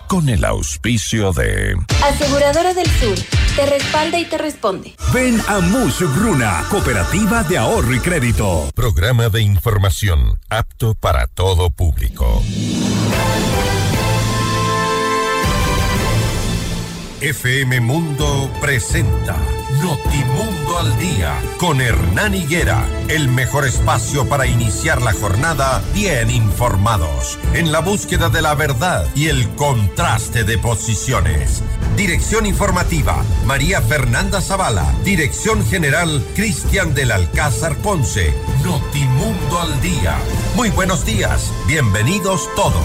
con el auspicio de Aseguradora del Sur, te respalda y te responde. Ven a Musugruna, Cooperativa de Ahorro y Crédito. Programa de información apto para todo público. FM Mundo presenta Notimundo al Día con Hernán Higuera, el mejor espacio para iniciar la jornada bien informados, en la búsqueda de la verdad y el contraste de posiciones. Dirección informativa, María Fernanda Zavala. Dirección general, Cristian del Alcázar Ponce. Notimundo al Día. Muy buenos días, bienvenidos todos.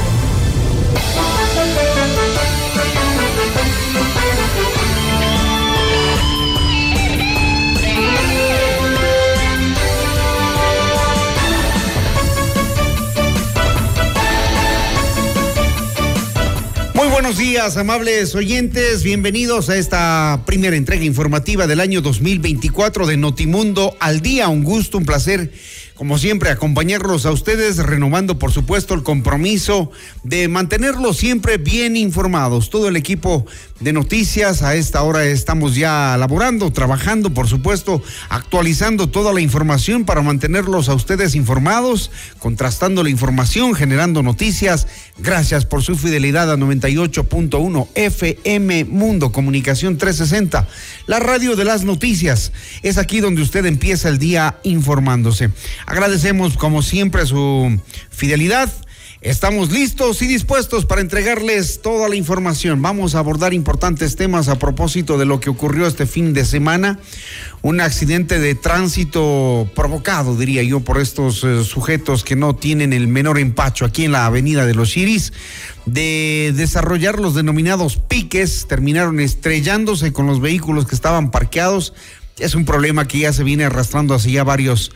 Muy buenos días, amables oyentes, bienvenidos a esta primera entrega informativa del año 2024 de Notimundo al Día. Un gusto, un placer, como siempre, acompañarlos a ustedes, renovando, por supuesto, el compromiso de mantenerlos siempre bien informados. Todo el equipo de noticias a esta hora estamos ya laborando, trabajando, por supuesto, actualizando toda la información para mantenerlos a ustedes informados, contrastando la información, generando noticias. Gracias por su fidelidad a 98.1 FM Mundo, Comunicación 360, la radio de las noticias. Es aquí donde usted empieza el día informándose. Agradecemos, como siempre, su fidelidad. Estamos listos y dispuestos para entregarles toda la información. Vamos a abordar importantes temas a propósito de lo que ocurrió este fin de semana. Un accidente de tránsito provocado, diría yo, por estos sujetos que no tienen el menor empacho aquí en la avenida de los Chiris de desarrollar los denominados piques. Terminaron estrellándose con los vehículos que estaban parqueados. Es un problema que ya se viene arrastrando hace ya varios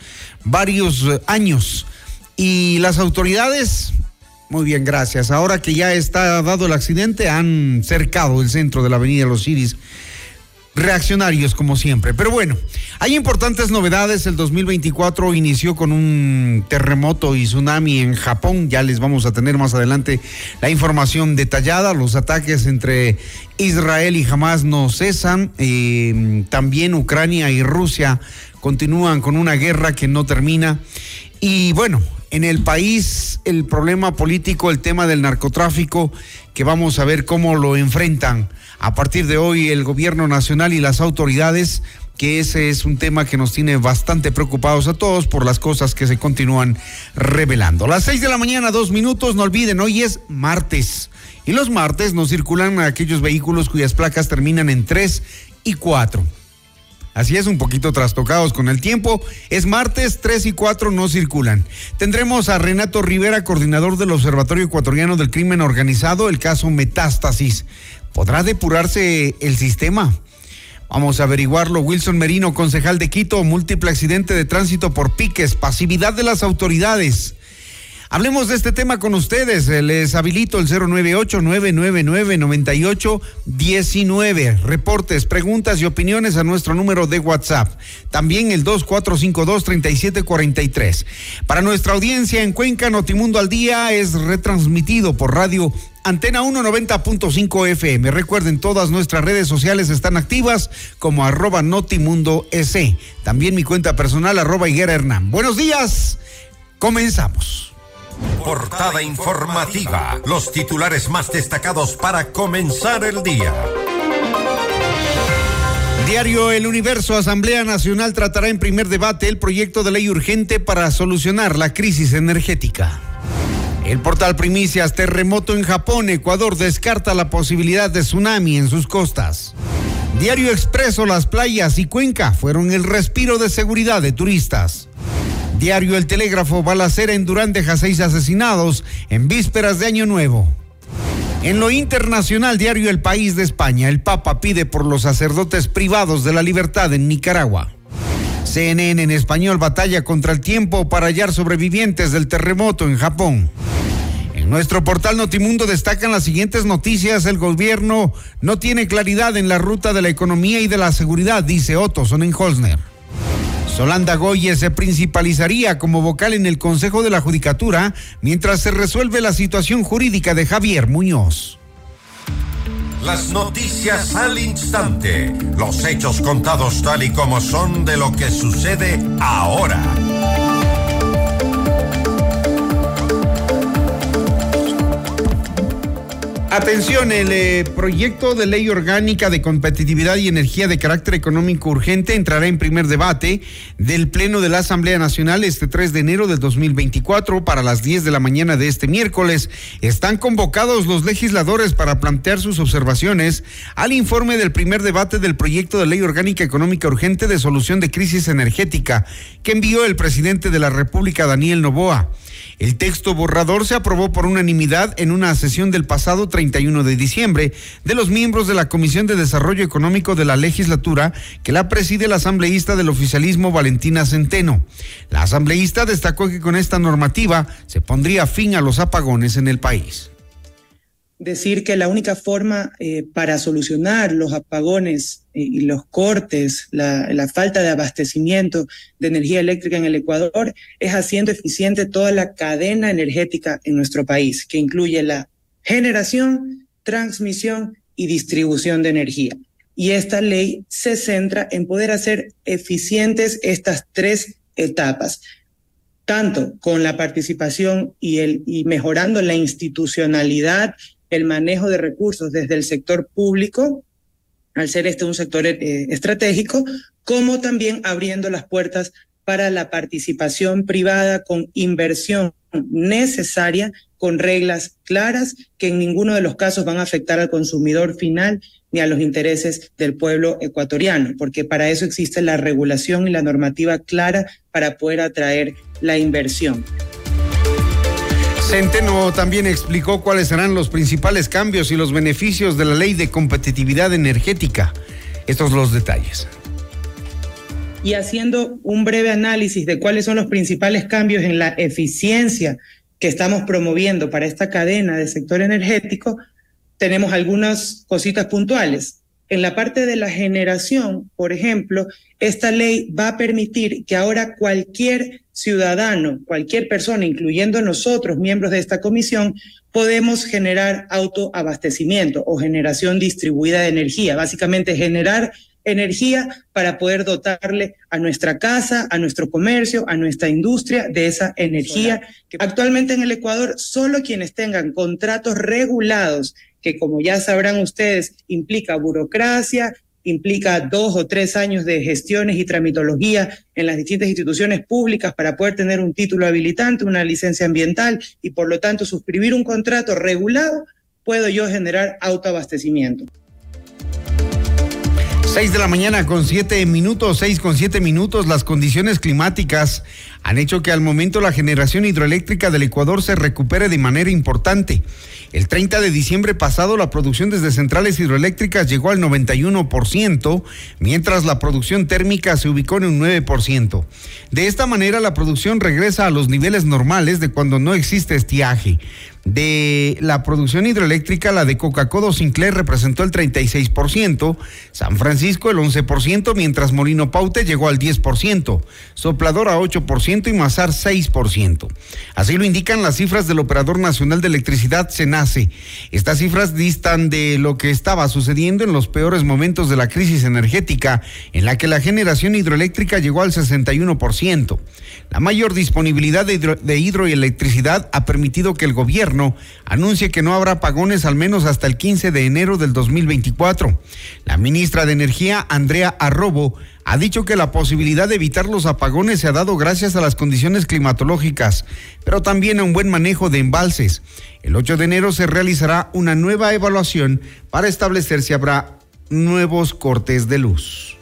años. Y las autoridades, muy bien, gracias. Ahora que ya está dado el accidente, han cercado el centro de la avenida Los Iris. Reaccionarios, como siempre. Pero bueno, hay importantes novedades. El 2024 inició con un terremoto y tsunami en Japón. Ya les vamos a tener más adelante la información detallada. Los ataques entre Israel y Hamás no cesan. También Ucrania y Rusia continúan con una guerra que no termina. Y bueno, en el país, el problema político, el tema del narcotráfico, que vamos a ver cómo lo enfrentan a partir de hoy el gobierno nacional y las autoridades, que ese es un tema que nos tiene bastante preocupados a todos por las cosas que se continúan revelando. Las 6 de la mañana, 2 minutos, no olviden, hoy es martes. Y los martes no circulan aquellos vehículos cuyas placas terminan en 3 y 4. Así es, un poquito trastocados con el tiempo. Es martes, 3 y 4 no circulan. Tendremos a Renato Rivera, coordinador del Observatorio Ecuatoriano del Crimen Organizado, el caso Metástasis. ¿Podrá depurarse el sistema? Vamos a averiguarlo. Wilson Merino, concejal de Quito, múltiple accidente de tránsito por piques, pasividad de las autoridades. Hablemos de este tema con ustedes. Les habilito el 098-999-9819. Reportes, preguntas y opiniones a nuestro número de WhatsApp. También el 2452-3743. Para nuestra audiencia en Cuenca, Notimundo al Día es retransmitido por radio Antena 190.5 FM. Recuerden, todas nuestras redes sociales están activas como @notimundoec. También mi cuenta personal @Higuera Hernán. Buenos días, comenzamos. Portada informativa. Los titulares más destacados para comenzar el día. Diario El Universo. Asamblea Nacional tratará en primer debate el proyecto de ley urgente para solucionar la crisis energética. El portal Primicias. Terremoto en Japón. Ecuador descarta la posibilidad de tsunami en sus costas. Diario Expreso. Las playas y Cuenca fueron el respiro de seguridad de turistas. Diario El Telégrafo. Balacera en Durán deja 6 asesinados en vísperas de Año Nuevo. En lo internacional, diario El País de España. El Papa pide por los sacerdotes privados de la libertad en Nicaragua. CNN en español. Batalla contra el tiempo para hallar sobrevivientes del terremoto en Japón. En nuestro portal Notimundo destacan las siguientes noticias. El gobierno no tiene claridad en la ruta de la economía y de la seguridad, dice Otto Sonnenholzner. Solanda Goye se principalizaría como vocal en el Consejo de la Judicatura mientras se resuelve la situación jurídica de Javier Muñoz. Las noticias al instante. Los hechos contados tal y como son de lo que sucede ahora. Atención, el proyecto de ley orgánica de competitividad y energía de carácter económico urgente entrará en primer debate del Pleno de la Asamblea Nacional este 3 de enero del 2024 para las 10 de la mañana de este miércoles. Están convocados los legisladores para plantear sus observaciones al informe del primer debate del proyecto de ley orgánica económica urgente de solución de crisis energética que envió el presidente de la República, Daniel Noboa. El texto borrador se aprobó por unanimidad en una sesión del pasado 31 de diciembre de los miembros de la Comisión de Desarrollo Económico de la legislatura, que la preside la asambleísta del oficialismo Valentina Centeno. La asambleísta destacó que con esta normativa se pondría fin a los apagones en el país. Decir que la única forma para solucionar los apagones y los cortes, la falta de abastecimiento de energía eléctrica en el Ecuador es haciendo eficiente toda la cadena energética en nuestro país, que incluye la generación, transmisión y distribución de energía. Y esta ley se centra en poder hacer eficientes estas tres etapas, tanto con la participación y mejorando la institucionalidad, el manejo de recursos desde el sector público, al ser este un sector estratégico, como también abriendo las puertas para la participación privada con inversión necesaria, con reglas claras que en ninguno de los casos van a afectar al consumidor final ni a los intereses del pueblo ecuatoriano, porque para eso existe la regulación y la normativa clara para poder atraer la inversión. Centeno también explicó cuáles serán los principales cambios y los beneficios de la Ley de Competitividad Energética. Estos son los detalles. Y haciendo un breve análisis de cuáles son los principales cambios en la eficiencia que estamos promoviendo para esta cadena del sector energético, tenemos algunas cositas puntuales. En la parte de la generación, por ejemplo, esta ley va a permitir que ahora cualquier ciudadano, cualquier persona, incluyendo nosotros, miembros de esta comisión, podemos generar autoabastecimiento o generación distribuida de energía. Básicamente generar energía para poder dotarle a nuestra casa, a nuestro comercio, a nuestra industria de esa energía. Actualmente en el Ecuador, solo quienes tengan contratos regulados, que como ya sabrán ustedes, implica burocracia, implica 2 o 3 años de gestiones y tramitología en las distintas instituciones públicas para poder tener un título habilitante, una licencia ambiental y por lo tanto suscribir un contrato regulado, puedo yo generar autoabastecimiento. 6 de la mañana con 7 minutos, 6 con 7 minutos. Las condiciones climáticas han hecho que al momento la generación hidroeléctrica del Ecuador se recupere de manera importante. El 30 de diciembre pasado la producción desde centrales hidroeléctricas llegó al 91%, mientras la producción térmica se ubicó en un 9%. De esta manera la producción regresa a los niveles normales de cuando no existe estiaje. De la producción hidroeléctrica, la de Coca-Codo Sinclair representó el 36%, San Francisco el 11%, mientras Molino Paute llegó al 10%, Sopladora 8% y Mazar 6%. Así lo indican las cifras del Operador Nacional de Electricidad, CENACE. Estas cifras distan de lo que estaba sucediendo en los peores momentos de la crisis energética, en la que la generación hidroeléctrica llegó al 61%. La mayor disponibilidad de hidroelectricidad ha permitido que el gobierno anuncie que no habrá apagones al menos hasta el 15 de enero del 2024. La ministra de Energía, Andrea Arrobo, ha dicho que la posibilidad de evitar los apagones se ha dado gracias a las condiciones climatológicas, pero también a un buen manejo de embalses. El 8 de enero se realizará una nueva evaluación para establecer si habrá nuevos cortes de luz.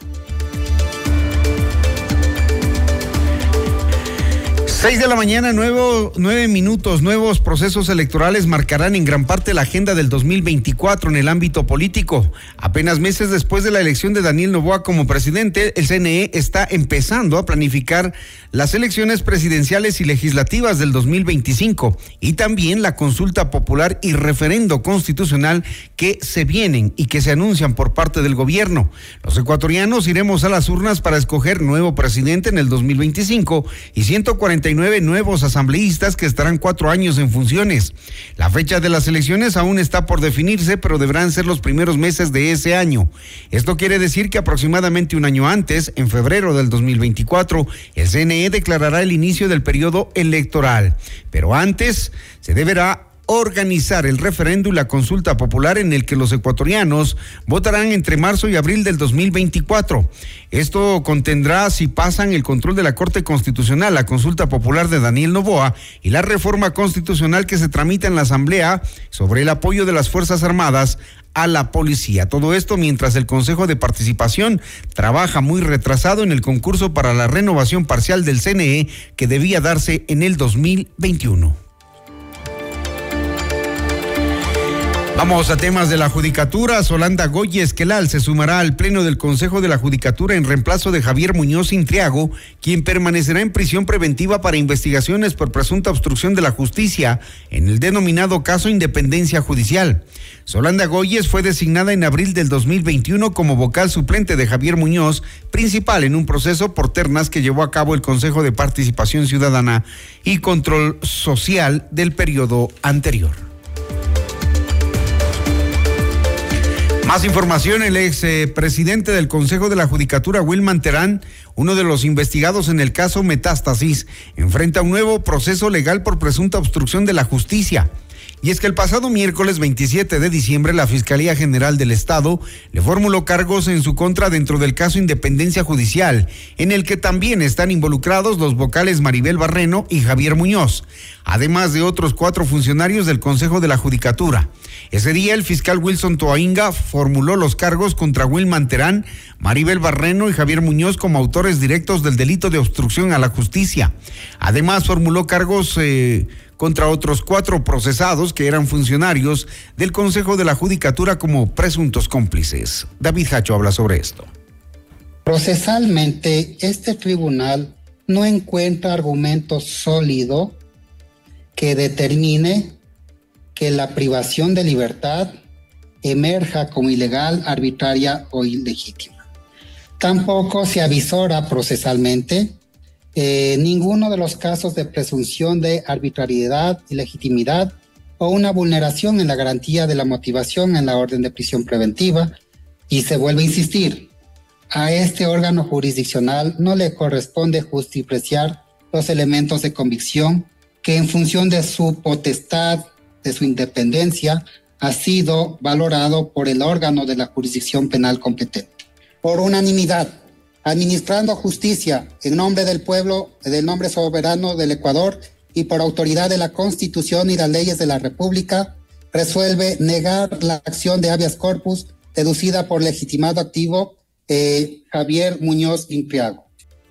6 de la mañana, 9 minutos. Nuevos procesos electorales marcarán en gran parte la agenda del 2024 en el ámbito político. Apenas meses después de la elección de Daniel Noboa como presidente, el CNE está empezando a planificar las elecciones presidenciales y legislativas del 2025 y también la consulta popular y referendo constitucional que se vienen y que se anuncian por parte del gobierno. Los ecuatorianos iremos a las urnas para escoger nuevo presidente en el 2025 y 144 49 nuevos asambleístas que estarán 4 años en funciones. La fecha de las elecciones aún está por definirse, pero deberán ser los primeros meses de ese año. Esto quiere decir que aproximadamente un año antes, en febrero del 2024, el CNE declarará el inicio del periodo electoral. Pero antes se deberá organizar el referéndum y la consulta popular en el que los ecuatorianos votarán entre marzo y abril del 2024. Esto contendrá si pasan el control de la Corte Constitucional, la consulta popular de Daniel Noboa y la reforma constitucional que se tramita en la Asamblea sobre el apoyo de las Fuerzas Armadas a la policía. Todo esto mientras el Consejo de Participación trabaja muy retrasado en el concurso para la renovación parcial del CNE que debía darse en el 2021. Vamos a temas de la Judicatura. Solanda Goya Esquelal se sumará al Pleno del Consejo de la Judicatura en reemplazo de Javier Muñoz Intriago, quien permanecerá en prisión preventiva para investigaciones por presunta obstrucción de la justicia en el denominado caso Independencia Judicial. Solanda Goyes fue designada en abril del 2021 como vocal suplente de Javier Muñoz, principal en un proceso por ternas que llevó a cabo el Consejo de Participación Ciudadana y Control Social del periodo anterior. Más información: el ex presidente del Consejo de la Judicatura, Wilman Terán, uno de los investigados en el caso Metástasis, enfrenta un nuevo proceso legal por presunta obstrucción de la justicia. Y es que el pasado miércoles 27 de diciembre la Fiscalía General del Estado le formuló cargos en su contra dentro del caso Independencia Judicial, en el que también están involucrados los vocales Maribel Barreno y Javier Muñoz, además de otros 4 funcionarios del Consejo de la Judicatura. Ese día el fiscal Wilson Toainga formuló los cargos contra Wilman Terán, Maribel Barreno y Javier Muñoz como autores directos del delito de obstrucción a la justicia. Además formuló cargos contra otros 4 procesados que eran funcionarios del Consejo de la Judicatura como presuntos cómplices. David Hacho habla sobre esto. Procesalmente, este tribunal no encuentra argumento sólido que determine que la privación de libertad emerja como ilegal, arbitraria o ilegítima. Tampoco se avisora procesalmente ninguno de los casos de presunción de arbitrariedad, ilegitimidad o una vulneración en la garantía de la motivación en la orden de prisión preventiva. Y se vuelve a insistir, a este órgano jurisdiccional no le corresponde justipreciar los elementos de convicción que en función de su potestad, de su independencia, ha sido valorado por el órgano de la jurisdicción penal competente. Por unanimidad, administrando justicia en nombre del pueblo, del nombre soberano del Ecuador y por autoridad de la Constitución y las leyes de la República, resuelve negar la acción de habeas corpus deducida por legitimado activo Javier Muñoz Intriago.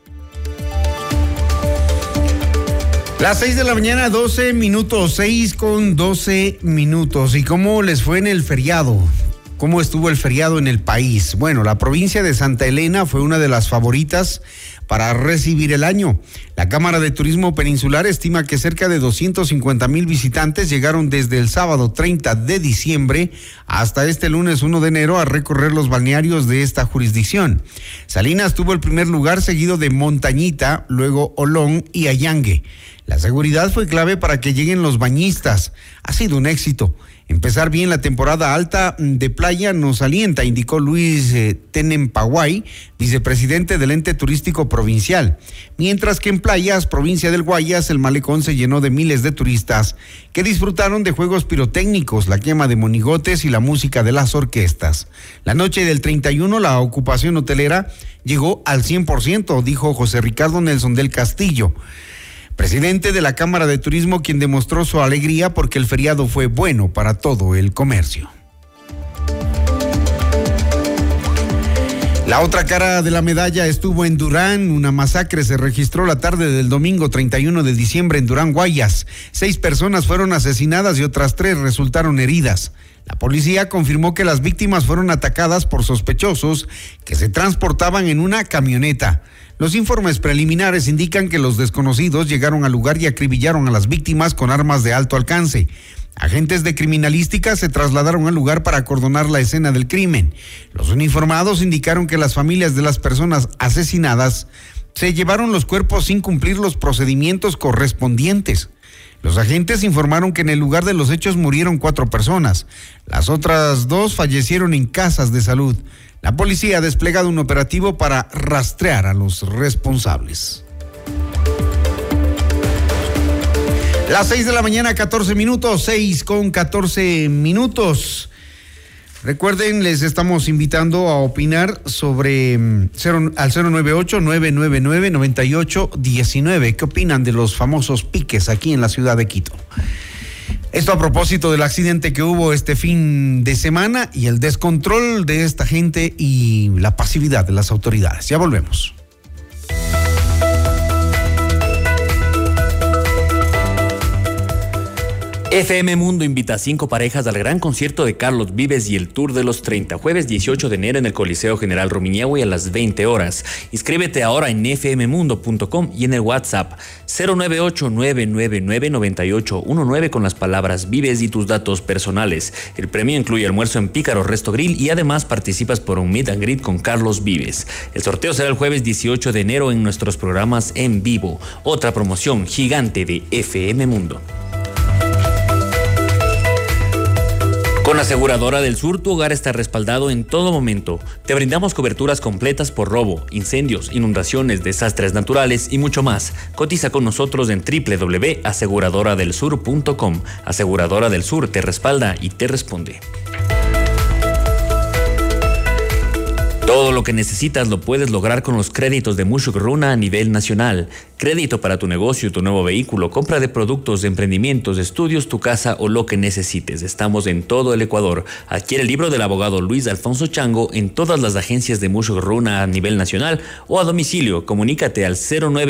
Las 6 de la mañana, 12 minutos, 6:12. ¿Y cómo les fue en el feriado? ¿Cómo estuvo el feriado en el país? Bueno, la provincia de Santa Elena fue una de las favoritas para recibir el año. La Cámara de Turismo Peninsular estima que cerca de 250,000 visitantes llegaron desde el sábado 30 de diciembre hasta este lunes 1 de enero a recorrer los balnearios de esta jurisdicción. Salinas tuvo el primer lugar, seguido de Montañita, luego Olón y Ayangue. La seguridad fue clave para que lleguen los bañistas. Ha sido un éxito. Empezar bien la temporada alta de playa nos alienta, indicó Luis Tenempaguay, vicepresidente del ente turístico provincial. Mientras que en playas, provincia del Guayas, el malecón se llenó de miles de turistas que disfrutaron de juegos pirotécnicos, la quema de monigotes y la música de las orquestas. La noche del 31, la ocupación hotelera llegó al 100%, dijo José Ricardo Nelson del Castillo, presidente de la Cámara de Turismo, quien demostró su alegría porque el feriado fue bueno para todo el comercio. La otra cara de la medalla estuvo en Durán. Una masacre se registró la tarde del domingo 31 de diciembre en Durán, Guayas. 6 personas fueron asesinadas y otras 3 resultaron heridas. La policía confirmó que las víctimas fueron atacadas por sospechosos que se transportaban en una camioneta. Los informes preliminares indican que los desconocidos llegaron al lugar y acribillaron a las víctimas con armas de alto alcance. Agentes de criminalística se trasladaron al lugar para acordonar la escena del crimen. Los uniformados indicaron que las familias de las personas asesinadas se llevaron los cuerpos sin cumplir los procedimientos correspondientes. Los agentes informaron que en el lugar de los hechos murieron 4 personas. Las otras 2 fallecieron en casas de salud. La policía ha desplegado un operativo para rastrear a los responsables. Las 6 de la mañana, 14 minutos, 6:14. Recuerden, les estamos invitando a opinar sobre al 098-999-9819. ¿Qué opinan de los famosos piques aquí en la ciudad de Quito? Esto a propósito del accidente que hubo este fin de semana y el descontrol de esta gente y la pasividad de las autoridades. Ya volvemos. FM Mundo invita a 5 parejas al gran concierto de Carlos Vives y el Tour de los 30, jueves 18 de enero en el Coliseo General Rumiñahui a las 20 horas. Inscríbete ahora en fmmundo.com y en el WhatsApp 098-999-9819 con las palabras Vives y tus datos personales. El premio incluye almuerzo en Pícaro Resto Grill y además participas por un meet and greet con Carlos Vives. El sorteo será el jueves 18 de enero en nuestros programas en vivo. Otra promoción gigante de FM Mundo. Con Aseguradora del Sur, tu hogar está respaldado en todo momento. Te brindamos coberturas completas por robo, incendios, inundaciones, desastres naturales y mucho más. Cotiza con nosotros en www.aseguradoradelsur.com. Aseguradora del Sur te respalda y te responde. Todo lo que necesitas lo puedes lograr con los créditos de Mushuk Runa a nivel nacional. Crédito para tu negocio, tu nuevo vehículo, compra de productos, de emprendimientos, estudios, tu casa o lo que necesites. Estamos en todo el Ecuador. Adquiere el libro del abogado Luis Alfonso Chango en todas las agencias de Mushuk Runa a nivel nacional o a domicilio. Comunícate al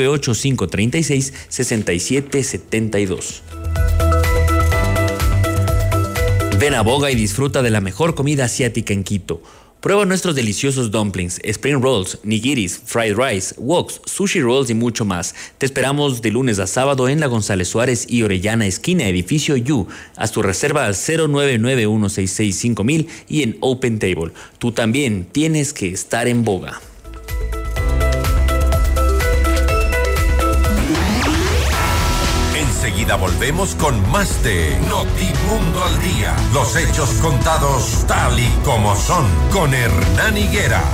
098-536-6772. Ven a Boga y disfruta de la mejor comida asiática en Quito. Prueba nuestros deliciosos dumplings, spring rolls, nigiris, fried rice, woks, sushi rolls y mucho más. Te esperamos de lunes a sábado en la González Suárez y Orellana, esquina Edificio U. Haz tu reserva al 099-166-5000 y en Open Table. Tú también tienes que estar en Boga. Enseguida volvemos con más de Notimundo al Día. Los hechos contados tal y como son con Hernán Higuera.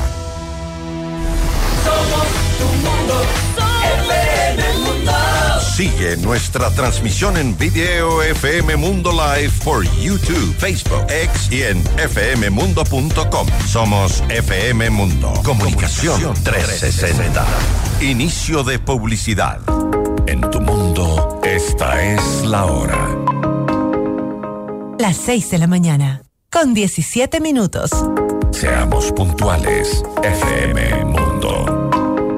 Somos tu mundo, FM Mundo. Sigue nuestra transmisión en video FM Mundo Live por YouTube, Facebook, X y en fmmundo.com. Somos FM Mundo. Comunicación 360. Inicio de publicidad. En tu mundo, esta es la hora. Las 6 de la mañana, con 17 minutos. Seamos puntuales, FM Mundo.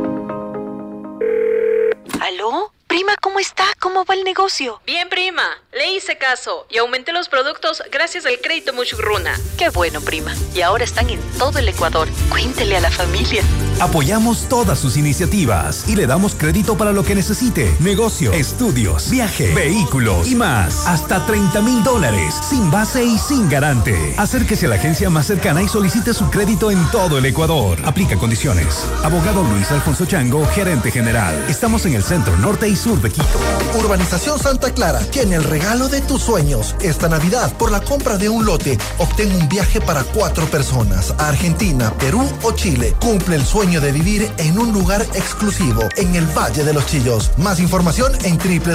¿Aló? Prima, ¿cómo está? ¿Cómo va el negocio? Bien, prima. Le hice caso y aumenté los productos gracias al crédito Mushuk Runa. Qué bueno, prima. Y ahora están en todo el Ecuador. Cuéntele a la familia. Apoyamos todas sus iniciativas y le damos crédito para lo que necesite. Negocio, estudios, viaje, vehículos y más. Hasta $30,000, sin base y sin garante. Acérquese a la agencia más cercana y solicite su crédito en todo el Ecuador. Aplica condiciones. Abogado Luis Alfonso Chango, gerente general. Estamos en el centro norte y sur de Quito. Urbanización Santa Clara tiene el regalo de tus sueños. Esta Navidad, por la compra de un lote, obtén un viaje para 4 personas a Argentina, Perú o Chile. Cumple el sueño de vivir en un lugar exclusivo en el Valle de los Chillos. Más información en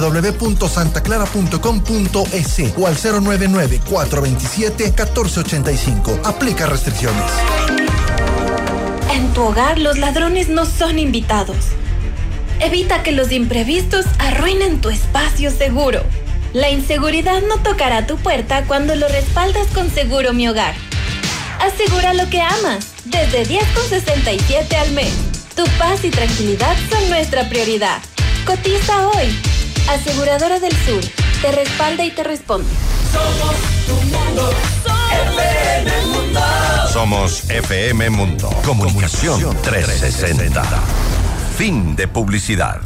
www.santaclara.com.es o al 099-427-1485. Aplica restricciones. En tu hogar los ladrones no son invitados. Evita que los imprevistos arruinen tu espacio seguro. La inseguridad no tocará tu puerta cuando lo respaldas con Seguro Mi Hogar. Asegura lo que amas, desde 10,67 al mes. Tu paz y tranquilidad son nuestra prioridad. Cotiza hoy. Aseguradora del Sur, te respalda y te responde. Somos tu mundo, FM Mundo. Somos FM Mundo. Comunicación 360. Fin de publicidad.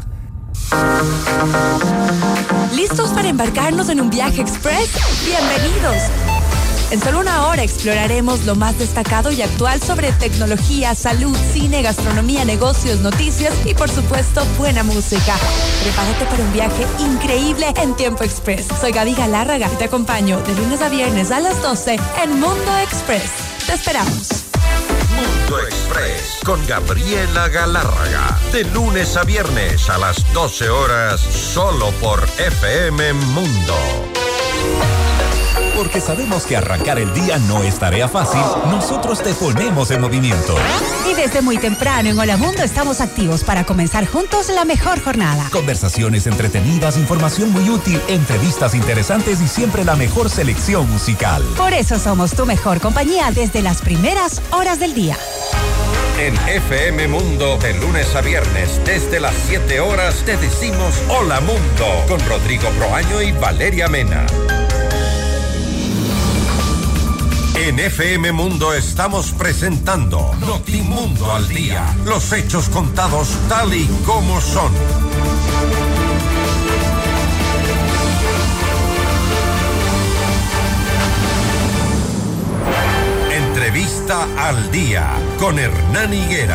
¿Listos para embarcarnos en un viaje express? ¡Bienvenidos! En solo una hora exploraremos lo más destacado y actual sobre tecnología, salud, cine, gastronomía, negocios, noticias y por supuesto buena música. Prepárate para un viaje increíble en Tiempo Express. Soy Gaby Galárraga y te acompaño de lunes a viernes a las 12 en Mundo Express. Te esperamos. Mundo Express con Gabriela Galárraga. De lunes a viernes a las 12 horas, solo por FM Mundo. Porque sabemos que arrancar el día no es tarea fácil, nosotros te ponemos en movimiento. Y desde muy temprano en Hola Mundo estamos activos para comenzar juntos la mejor jornada. Conversaciones entretenidas, información muy útil, entrevistas interesantes y siempre la mejor selección musical. Por eso somos tu mejor compañía desde las primeras horas del día. En FM Mundo, de lunes a viernes, desde las 7 horas, te decimos Hola Mundo, con Rodrigo Proaño y Valeria Mena. En FM Mundo estamos presentando Notimundo al Día. Los hechos contados tal y como son. Entrevista al Día con Hernán Higuera.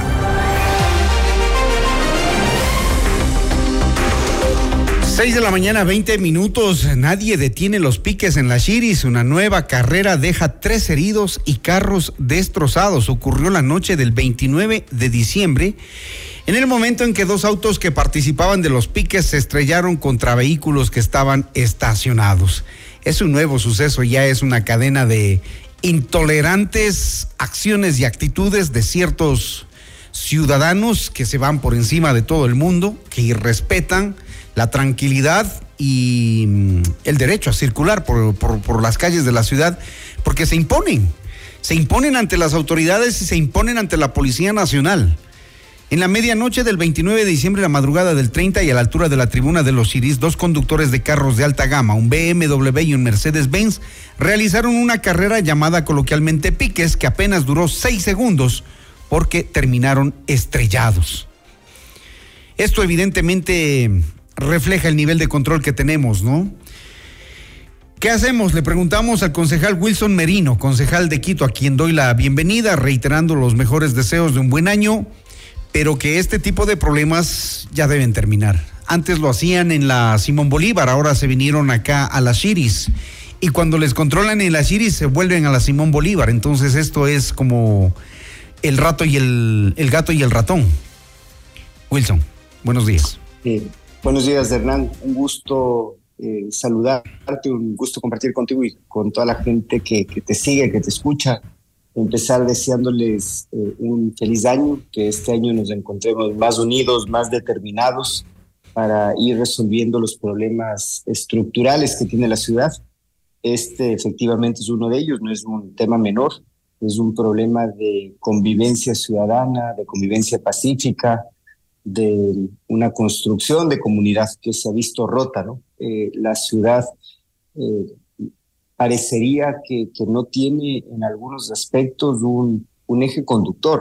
6 de la mañana, 20 minutos. Nadie detiene los piques en las Shiris. Una nueva carrera deja 3 heridos y carros destrozados. Ocurrió la noche del 29 de diciembre, en el momento en que 2 autos que participaban de los piques se estrellaron contra vehículos que estaban estacionados. Es un nuevo suceso, ya es una cadena de intolerantes acciones y actitudes de ciertos ciudadanos que se van por encima de todo el mundo, que irrespetan la tranquilidad y el derecho a circular por las calles de la ciudad, porque se imponen ante las autoridades y se imponen ante la Policía Nacional. En la medianoche del 29 de diciembre, la madrugada del 30 y a la altura de la tribuna de los Shiris, 2 conductores de carros de alta gama, un BMW y un Mercedes-Benz, realizaron una carrera llamada coloquialmente piques, que apenas duró 6 segundos porque terminaron estrellados. Esto evidentemente refleja el nivel de control que tenemos, ¿no? ¿Qué hacemos? Le preguntamos al concejal Wilson Merino, concejal de Quito, a quien doy la bienvenida, reiterando los mejores deseos de un buen año, pero que este tipo de problemas ya deben terminar. Antes lo hacían en la Simón Bolívar, ahora se vinieron acá a las Shiris, y cuando les controlan en las Shiris se vuelven a la Simón Bolívar. Entonces esto es como el gato y el ratón. Wilson, buenos días. Buenos días, Hernán. Un gusto saludarte, un gusto compartir contigo y con toda la gente que te sigue, que te escucha. Empezar deseándoles un feliz año, que este año nos encontremos más unidos, más determinados para ir resolviendo los problemas estructurales que tiene la ciudad. Este efectivamente es uno de ellos, no es un tema menor, es un problema de convivencia ciudadana, de convivencia pacífica, de una construcción de comunidad que se ha visto rota, ¿no? La ciudad parecería que no tiene en algunos aspectos un eje conductor.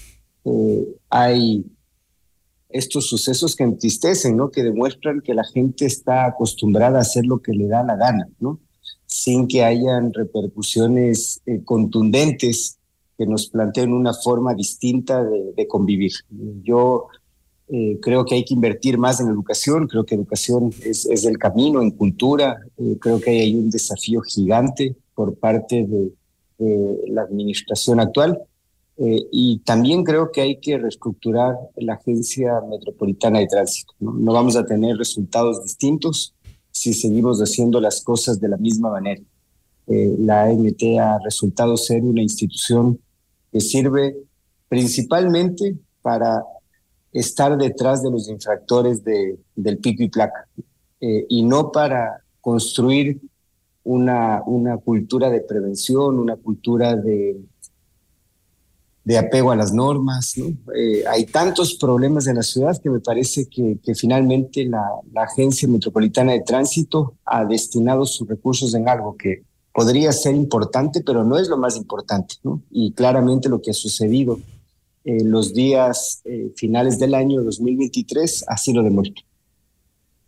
Hay estos sucesos que entristecen, ¿no? Que demuestran que la gente está acostumbrada a hacer lo que le da la gana, ¿no? Sin que hayan repercusiones contundentes que nos planteen una forma distinta de convivir. Yo creo que hay que invertir más en educación, creo que educación es el camino, en cultura, creo que hay un desafío gigante por parte de la administración actual, y también creo que hay que reestructurar la Agencia Metropolitana de Tránsito, ¿no? No vamos a tener resultados distintos si seguimos haciendo las cosas de la misma manera. La AMT ha resultado ser una institución que sirve principalmente para estar detrás de los infractores del pico y placa, y no para construir una cultura de prevención, una cultura de apego a las normas, ¿no? Hay tantos problemas en la ciudad que me parece que finalmente la Agencia Metropolitana de Tránsito ha destinado sus recursos en algo que podría ser importante, pero no es lo más importante, ¿no? Y claramente lo que ha sucedido los días finales del año 2023 así lo demuestra.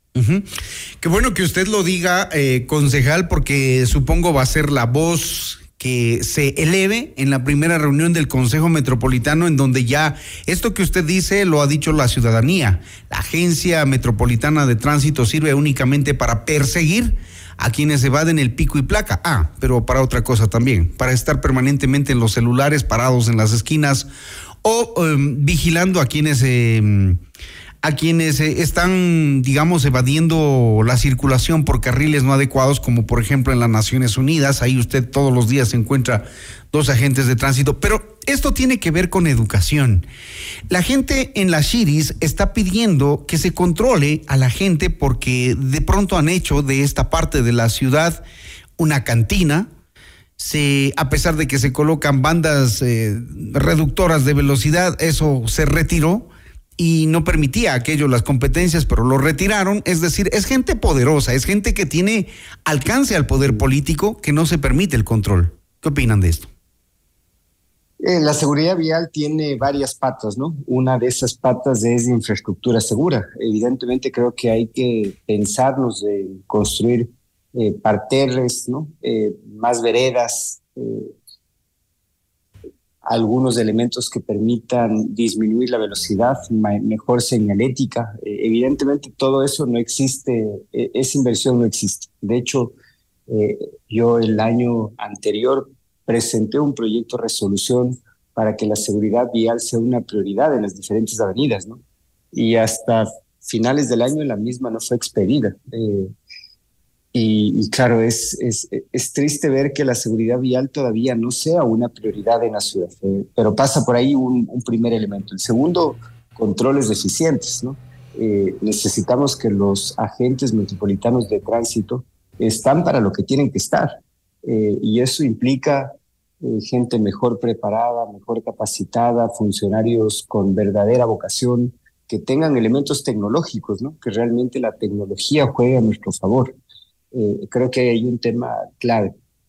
Qué bueno que usted lo diga, concejal, porque supongo va a ser la voz que se eleve en la primera reunión del Consejo Metropolitano, en donde ya esto que usted dice lo ha dicho la ciudadanía. La Agencia Metropolitana de Tránsito sirve únicamente para perseguir a quienes evaden el pico y placa. Pero para otra cosa también, para estar permanentemente en los celulares, parados en las esquinas o vigilando a quienes están, digamos, evadiendo la circulación por carriles no adecuados, como por ejemplo en las Naciones Unidas. Ahí usted todos los días se encuentra 2 agentes de tránsito. Pero esto tiene que ver con educación. La gente en las Shiris está pidiendo que se controle a la gente porque de pronto han hecho de esta parte de la ciudad una cantina. A pesar de que se colocan bandas reductoras de velocidad, eso se retiró y no permitía aquello las competencias, pero lo retiraron. Es decir, es gente poderosa, es gente que tiene alcance al poder político, que no se permite el control. ¿Qué opinan de esto? La seguridad vial tiene varias patas, ¿no? Una de esas patas es infraestructura segura. Evidentemente creo que hay que pensarnos en construir parterres, ¿no? Más veredas, algunos elementos que permitan disminuir la velocidad, mejor señalética. Evidentemente todo eso no existe, esa inversión no existe. De hecho, yo el año anterior presenté un proyecto de resolución para que la seguridad vial sea una prioridad en las diferentes avenidas, ¿no? Y hasta finales del año la misma no fue expedida. Y claro, es triste ver que la seguridad vial todavía no sea una prioridad en la ciudad, pero pasa por ahí un primer elemento. El segundo, controles eficientes, ¿no? Necesitamos que los agentes metropolitanos de tránsito están para lo que tienen que estar, y eso implica gente mejor preparada, mejor capacitada, funcionarios con verdadera vocación, que tengan elementos tecnológicos, ¿no? Que realmente la tecnología juegue a nuestro favor. Creo que hay un tema clave.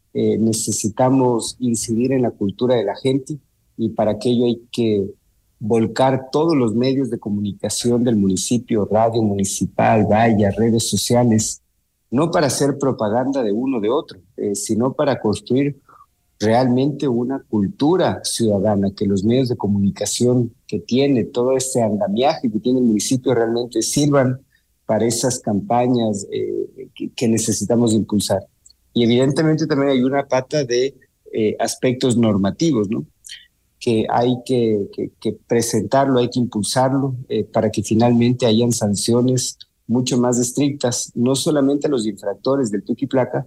Necesitamos incidir en la cultura de la gente, y para aquello hay que volcar todos los medios de comunicación del municipio, radio municipal, vallas, redes sociales, no para hacer propaganda de uno o de otro, sino para construir realmente una cultura ciudadana, que los medios de comunicación que tiene, todo este andamiaje que tiene el municipio, realmente sirvan para esas campañas que necesitamos impulsar. Y evidentemente también hay una pata de aspectos normativos, ¿no? Que hay que presentarlo, hay que impulsarlo para que finalmente hayan sanciones mucho más estrictas, no solamente a los infractores del pico y placa,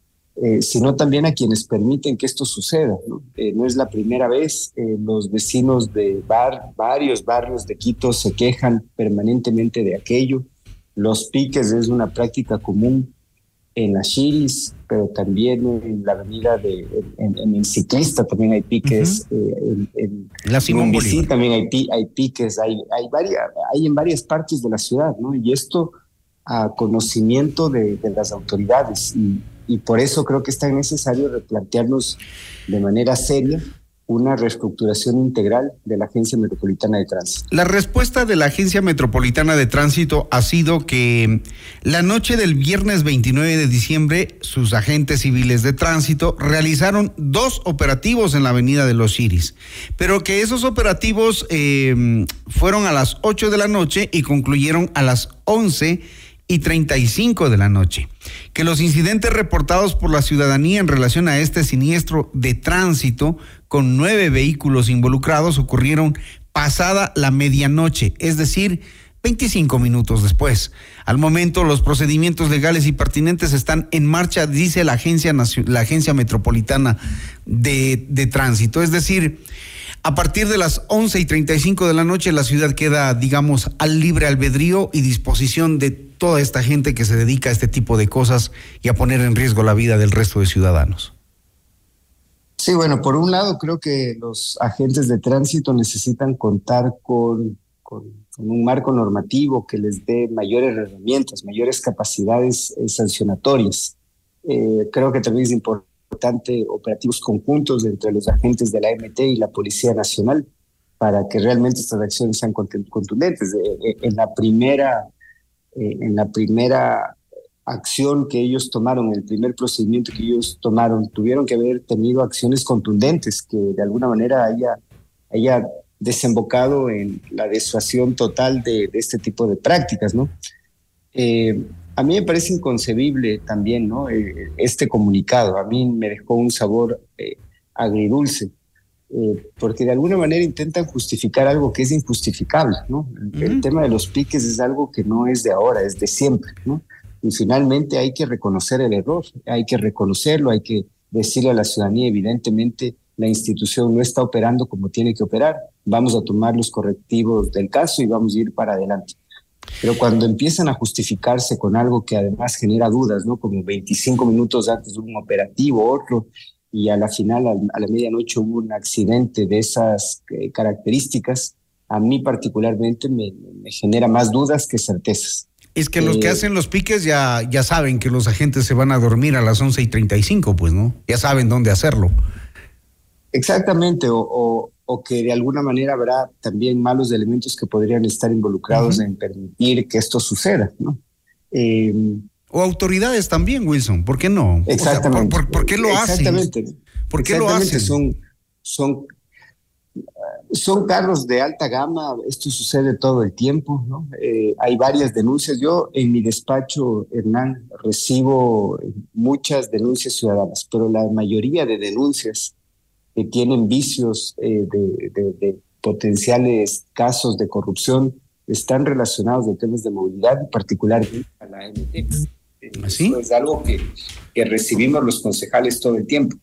sino también a quienes permiten que esto suceda, ¿no? No es la primera vez. Los vecinos de varios barrios de Quito se quejan permanentemente de aquello. Los piques es una práctica común en las Shiris, pero también en la avenida en el ciclista también hay piques. En la Simón Bolívar también hay piques, hay en varias partes de la ciudad, ¿no? Y esto a conocimiento de las autoridades, y por eso creo que es tan necesario replantearnos de manera seria una reestructuración integral de la Agencia Metropolitana de Tránsito. La respuesta de la Agencia Metropolitana de Tránsito ha sido que la noche del viernes 29 de diciembre, sus agentes civiles de tránsito realizaron 2 operativos en la avenida de los Shiris, pero que esos operativos fueron a las 8 de la noche y concluyeron a las 11:35 de la noche. Que los incidentes reportados por la ciudadanía en relación a este siniestro de tránsito, con 9 vehículos involucrados, ocurrieron pasada la medianoche, es decir, 25 minutos después. Al momento, los procedimientos legales y pertinentes están en marcha, dice la Agencia Metropolitana de Tránsito. Es decir, a partir de las 11:35 de la noche, la ciudad queda, digamos, al libre albedrío y disposición de toda esta gente que se dedica a este tipo de cosas y a poner en riesgo la vida del resto de ciudadanos. Sí, bueno, por un lado creo que los agentes de tránsito necesitan contar con un marco normativo que les dé mayores herramientas, mayores capacidades sancionatorias. Creo que también es importante operativos conjuntos entre los agentes de la AMT y la Policía Nacional para que realmente estas acciones sean contundentes. En la primera acción que ellos tomaron, el primer procedimiento que ellos tomaron, tuvieron que haber tenido acciones contundentes que de alguna manera haya desembocado en la disuasión total de este tipo de prácticas, ¿no? A mí me parece inconcebible también, ¿no? Este comunicado. A mí me dejó un sabor agridulce, porque de alguna manera intentan justificar algo que es injustificable, ¿no? El tema de los piques es algo que no es de ahora, es de siempre, ¿no? Y finalmente hay que reconocer el error, hay que reconocerlo, hay que decirle a la ciudadanía, evidentemente la institución no está operando como tiene que operar, vamos a tomar los correctivos del caso y vamos a ir para adelante. Pero cuando empiezan a justificarse con algo que además genera dudas, ¿no? Como 25 minutos antes de un operativo, otro, y a la final, a la medianoche, hubo un accidente de esas características, a mí particularmente me genera más dudas que certezas. Es que los que hacen los piques ya saben que los agentes se van a dormir a las 11:35, pues, ¿no? Ya saben dónde hacerlo. Exactamente, o que de alguna manera habrá también malos elementos que podrían estar involucrados en permitir que esto suceda, ¿no? O autoridades también, Wilson, ¿por qué no? Exactamente. O sea, ¿por qué lo hacen? Exactamente. ¿Por qué lo hacen? Son carros de alta gama, esto sucede todo el tiempo, ¿no? Hay varias denuncias. Yo en mi despacho, Hernán, recibo muchas denuncias ciudadanas, pero la mayoría de denuncias que tienen vicios de potenciales casos de corrupción están relacionados a temas de movilidad, y particularmente a la AMT. ¿Así? Eso es algo que recibimos los concejales todo el tiempo.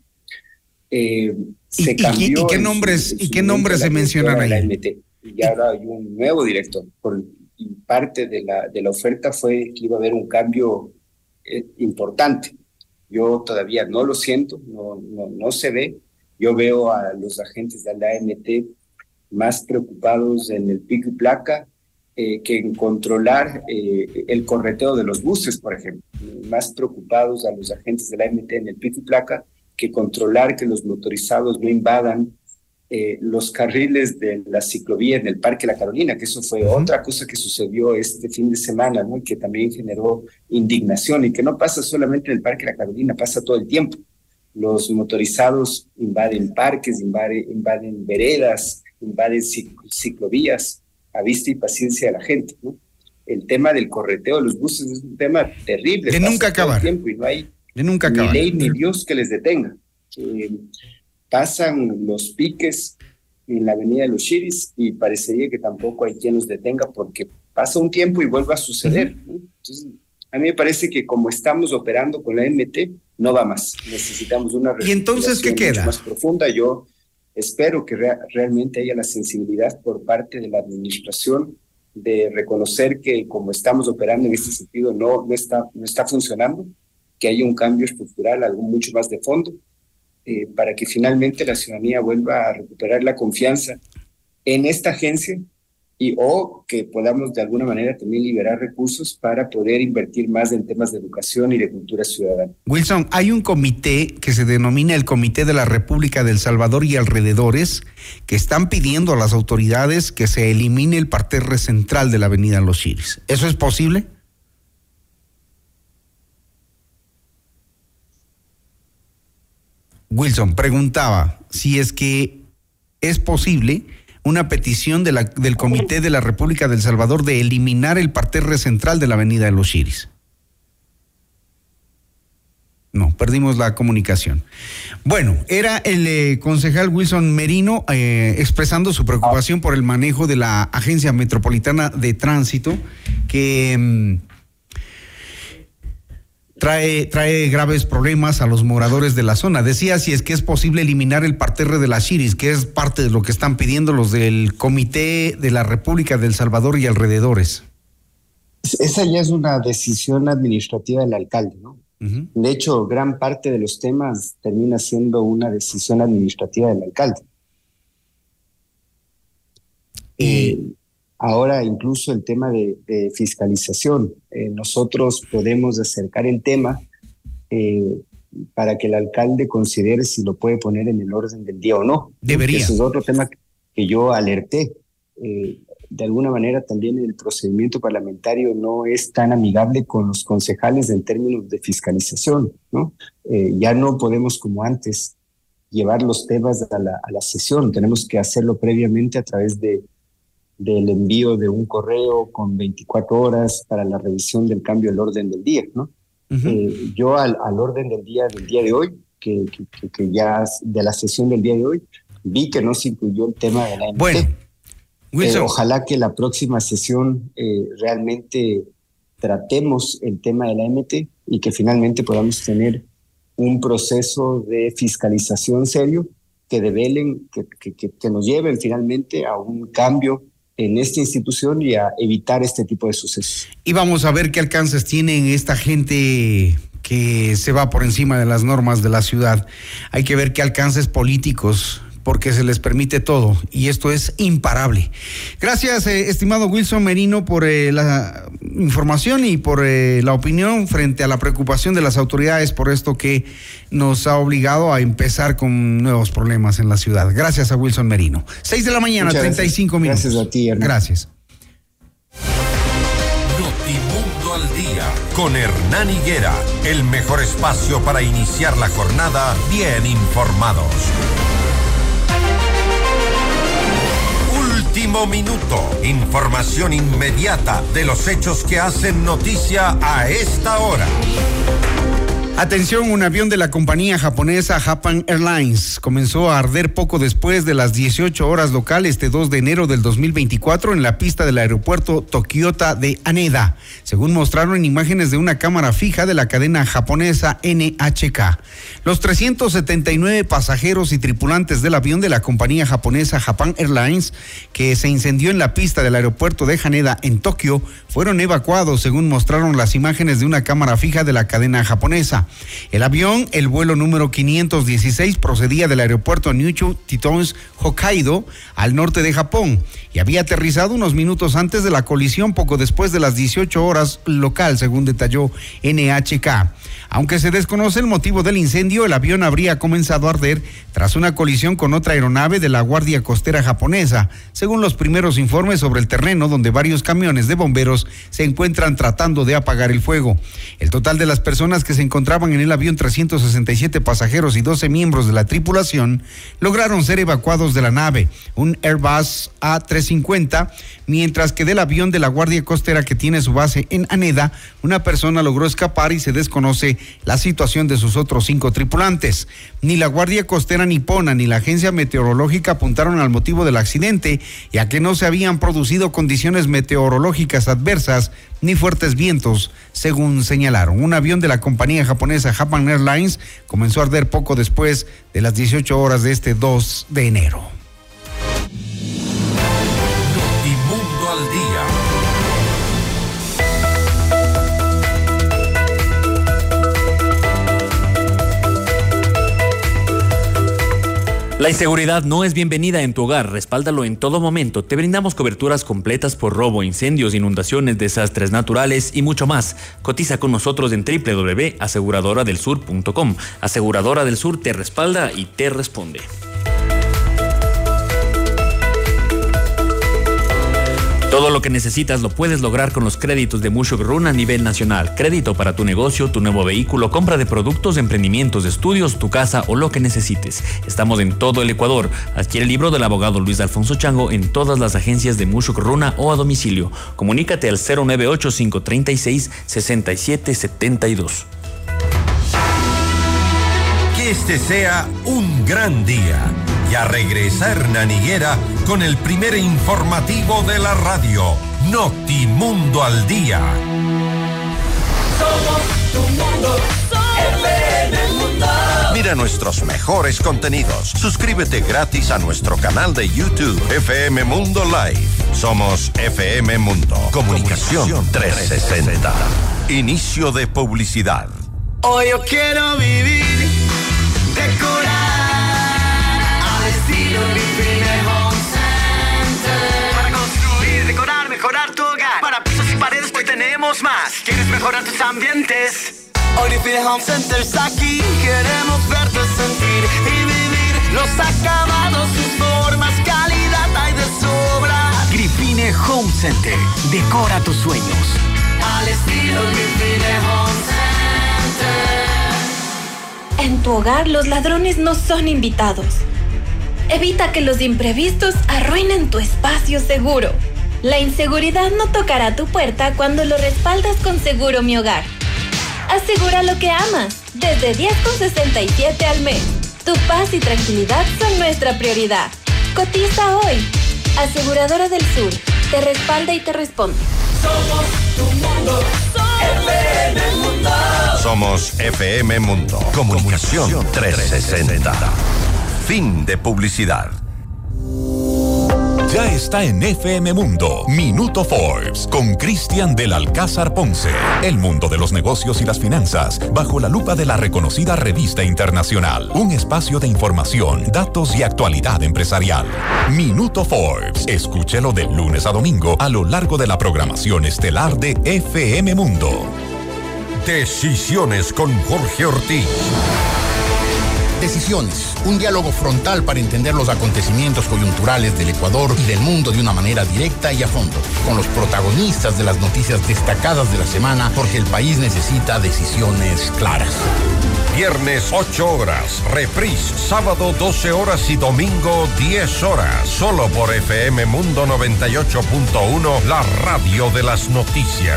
Se cambió ¿Y qué nombres se mencionan ahí? La AMT, y ahora hay un nuevo director. Y parte de la oferta fue que iba a haber un cambio importante. Yo todavía no lo siento, no se ve. Yo veo a los agentes de la AMT más preocupados en el pico y placa que en controlar el correteo de los buses, por ejemplo. Más preocupados a los agentes de la AMT en el pico y placa que controlar que los motorizados no invadan los carriles de la ciclovía en el Parque La Carolina, que eso fue otra cosa que sucedió este fin de semana, ¿no? Y que también generó indignación, y que no pasa solamente en el Parque La Carolina, pasa todo el tiempo. Los motorizados invaden parques, invaden veredas, invaden ciclovías a vista y paciencia de la gente, ¿no? El tema del correteo de los buses es un tema terrible. De nunca acabar. Y no hay ni ley ni Dios que les detenga. Pasan los piques en la avenida de los Chiris y parecería que tampoco hay quien los detenga porque pasa un tiempo y vuelve a suceder, ¿no? Entonces, a mí me parece que como estamos operando con la MT, no va más. Necesitamos una ¿Y entonces qué queda? Más profunda. Yo espero que realmente haya la sensibilidad por parte de la administración de reconocer que como estamos operando en este sentido no está funcionando, que haya un cambio estructural, algo mucho más de fondo, para que finalmente la ciudadanía vuelva a recuperar la confianza en esta agencia o que podamos de alguna manera también liberar recursos para poder invertir más en temas de educación y de cultura ciudadana. Wilson, hay un comité que se denomina el Comité de la República de El Salvador y alrededores que están pidiendo a las autoridades que se elimine el parterre central de la avenida Los Chiris. ¿Eso es posible? Wilson preguntaba si es que es posible una petición del Comité de la República de El Salvador de eliminar el parterre central de la avenida de Los Chiris. No, perdimos la comunicación. Bueno, era el concejal Wilson Merino expresando su preocupación por el manejo de la Agencia Metropolitana de Tránsito que trae graves problemas a los moradores de la zona. Decía si es que es posible eliminar el parterre de las Chiris, que es parte de lo que están pidiendo los del Comité de la República de El Salvador y alrededores. Esa ya es una decisión administrativa del alcalde, ¿no? Uh-huh. De hecho, gran parte de los temas termina siendo una decisión administrativa del alcalde. Ahora incluso el tema de fiscalización. Nosotros podemos acercar el tema para que el alcalde considere si lo puede poner en el orden del día o no. Debería. Ese es otro tema que yo alerté. de alguna manera también el procedimiento parlamentario no es tan amigable con los concejales en términos de fiscalización, ¿no? Ya no podemos como antes llevar los temas a la sesión, tenemos que hacerlo previamente a través del envío de un correo con 24 horas para la revisión del cambio del orden del día, ¿no? Yo al orden del día de hoy, que ya de la sesión del día de hoy, vi que no se incluyó el tema de la AMT. Bueno, Wilson. Ojalá que la próxima sesión realmente tratemos el tema de la AMT y que finalmente podamos tener un proceso de fiscalización serio que develen, que nos lleven finalmente a un cambio en esta institución y a evitar este tipo de sucesos. Y vamos a ver qué alcances tienen esta gente que se va por encima de las normas de la ciudad. Hay que ver qué alcances políticos, porque se les permite todo y esto es imparable. Gracias, estimado Wilson Merino, por la información y por la opinión frente a la preocupación de las autoridades por esto que nos ha obligado a empezar con nuevos problemas en la ciudad. Gracias a Wilson Merino. 6 de la mañana, Muchas 35 minutos. Gracias a ti, Hernán. Gracias. Notimundo al día con Hernán Higuera, el mejor espacio para iniciar la jornada bien informados. Último minuto, información inmediata de los hechos que hacen noticia a esta hora. Atención, un avión de la compañía japonesa Japan Airlines comenzó a arder poco después de las 18 horas local este 2 de enero del 2024 en la pista del aeropuerto Tokiota de Haneda, según mostraron en imágenes de una cámara fija de la cadena japonesa NHK. Los 379 pasajeros y tripulantes del avión de la compañía japonesa Japan Airlines, que se incendió en la pista del aeropuerto de Haneda en Tokio, fueron evacuados, según mostraron las imágenes de una cámara fija de la cadena japonesa. El avión, el vuelo número 516, procedía del aeropuerto Niuchu Titons, Hokkaido, al norte de Japón, y había aterrizado unos minutos antes de la colisión, poco después de las 18 horas local, según detalló NHK. Aunque se desconoce el motivo del incendio, el avión habría comenzado a arder tras una colisión con otra aeronave de la Guardia Costera japonesa, según los primeros informes sobre el terreno, donde varios camiones de bomberos se encuentran tratando de apagar el fuego. El total de las personas que se encontraban en el avión, 367 pasajeros y 12 miembros de la tripulación, lograron ser evacuados de la nave, un Airbus A350, mientras que del avión de la Guardia Costera, que tiene su base en Haneda, una persona logró escapar y se desconoce la situación de sus otros 5 tripulantes. Ni la Guardia Costera nipona ni la agencia meteorológica apuntaron al motivo del accidente, ya que no se habían producido condiciones meteorológicas adversas ni fuertes vientos, según señalaron. Un avión de la compañía japonesa Japan Airlines comenzó a arder poco después de las 18 horas de este 2 de enero. Notimundo al día. La inseguridad no es bienvenida en tu hogar. Respáldalo en todo momento. Te brindamos coberturas completas por robo, incendios, inundaciones, desastres naturales y mucho más. Cotiza con nosotros en www.aseguradoradelsur.com. Aseguradora del Sur te respalda y te responde. Todo lo que necesitas lo puedes lograr con los créditos de Mushuk Runa a nivel nacional. Crédito para tu negocio, tu nuevo vehículo, compra de productos, emprendimientos, estudios, tu casa o lo que necesites. Estamos en todo el Ecuador. Adquiere el libro del abogado Luis Alfonso Chango en todas las agencias de Mushuk Runa o a domicilio. Comunícate al 098-536-6772. Que este sea un gran día. Ya regresa Hernán Higuera con el primer informativo de la radio, Notimundo al día. Somos tu mundo, FM Mundo. Mira nuestros mejores contenidos. Suscríbete gratis a nuestro canal de YouTube, FM Mundo Live. Somos FM Mundo. Comunicación 360. Inicio de publicidad. Hoy yo quiero vivir, decorar. Estilo Infinite Home Center. Para construir, decorar, mejorar tu hogar. Para pisos y paredes hoy tenemos más. ¿Quieres mejorar tus ambientes? Hoy Infinite Home Center está aquí. Queremos verte sentir y vivir los acabados, sus formas, calidad hay de sobra. Grifine Home Center. Decora tus sueños. Al estilo Greenfield Home Center. En tu hogar, los ladrones no son invitados. Evita que los imprevistos arruinen tu espacio seguro. La inseguridad no tocará tu puerta cuando lo respaldas con Seguro Mi Hogar. Asegura lo que amas, desde $10,67 al mes. Tu paz y tranquilidad son nuestra prioridad. Cotiza hoy. Aseguradora del Sur, te respalda y te responde. Somos tu mundo, FM Mundo. Somos FM Mundo. Comunicación 360. Fin de publicidad. Ya está en FM Mundo, Minuto Forbes, con Cristian del Alcázar Ponce. El mundo de los negocios y las finanzas, bajo la lupa de la reconocida revista internacional. Un espacio de información, datos y actualidad empresarial. Minuto Forbes, escúchelo de lunes a domingo a lo largo de la programación estelar de FM Mundo. Decisiones con Jorge Ortiz. Decisiones, un diálogo frontal para entender los acontecimientos coyunturales del Ecuador y del mundo de una manera directa y a fondo, con los protagonistas de las noticias destacadas de la semana, porque el país necesita decisiones claras. Viernes 8 horas, reprise sábado 12 horas y domingo 10 horas, solo por FM Mundo 98.1, la radio de las noticias.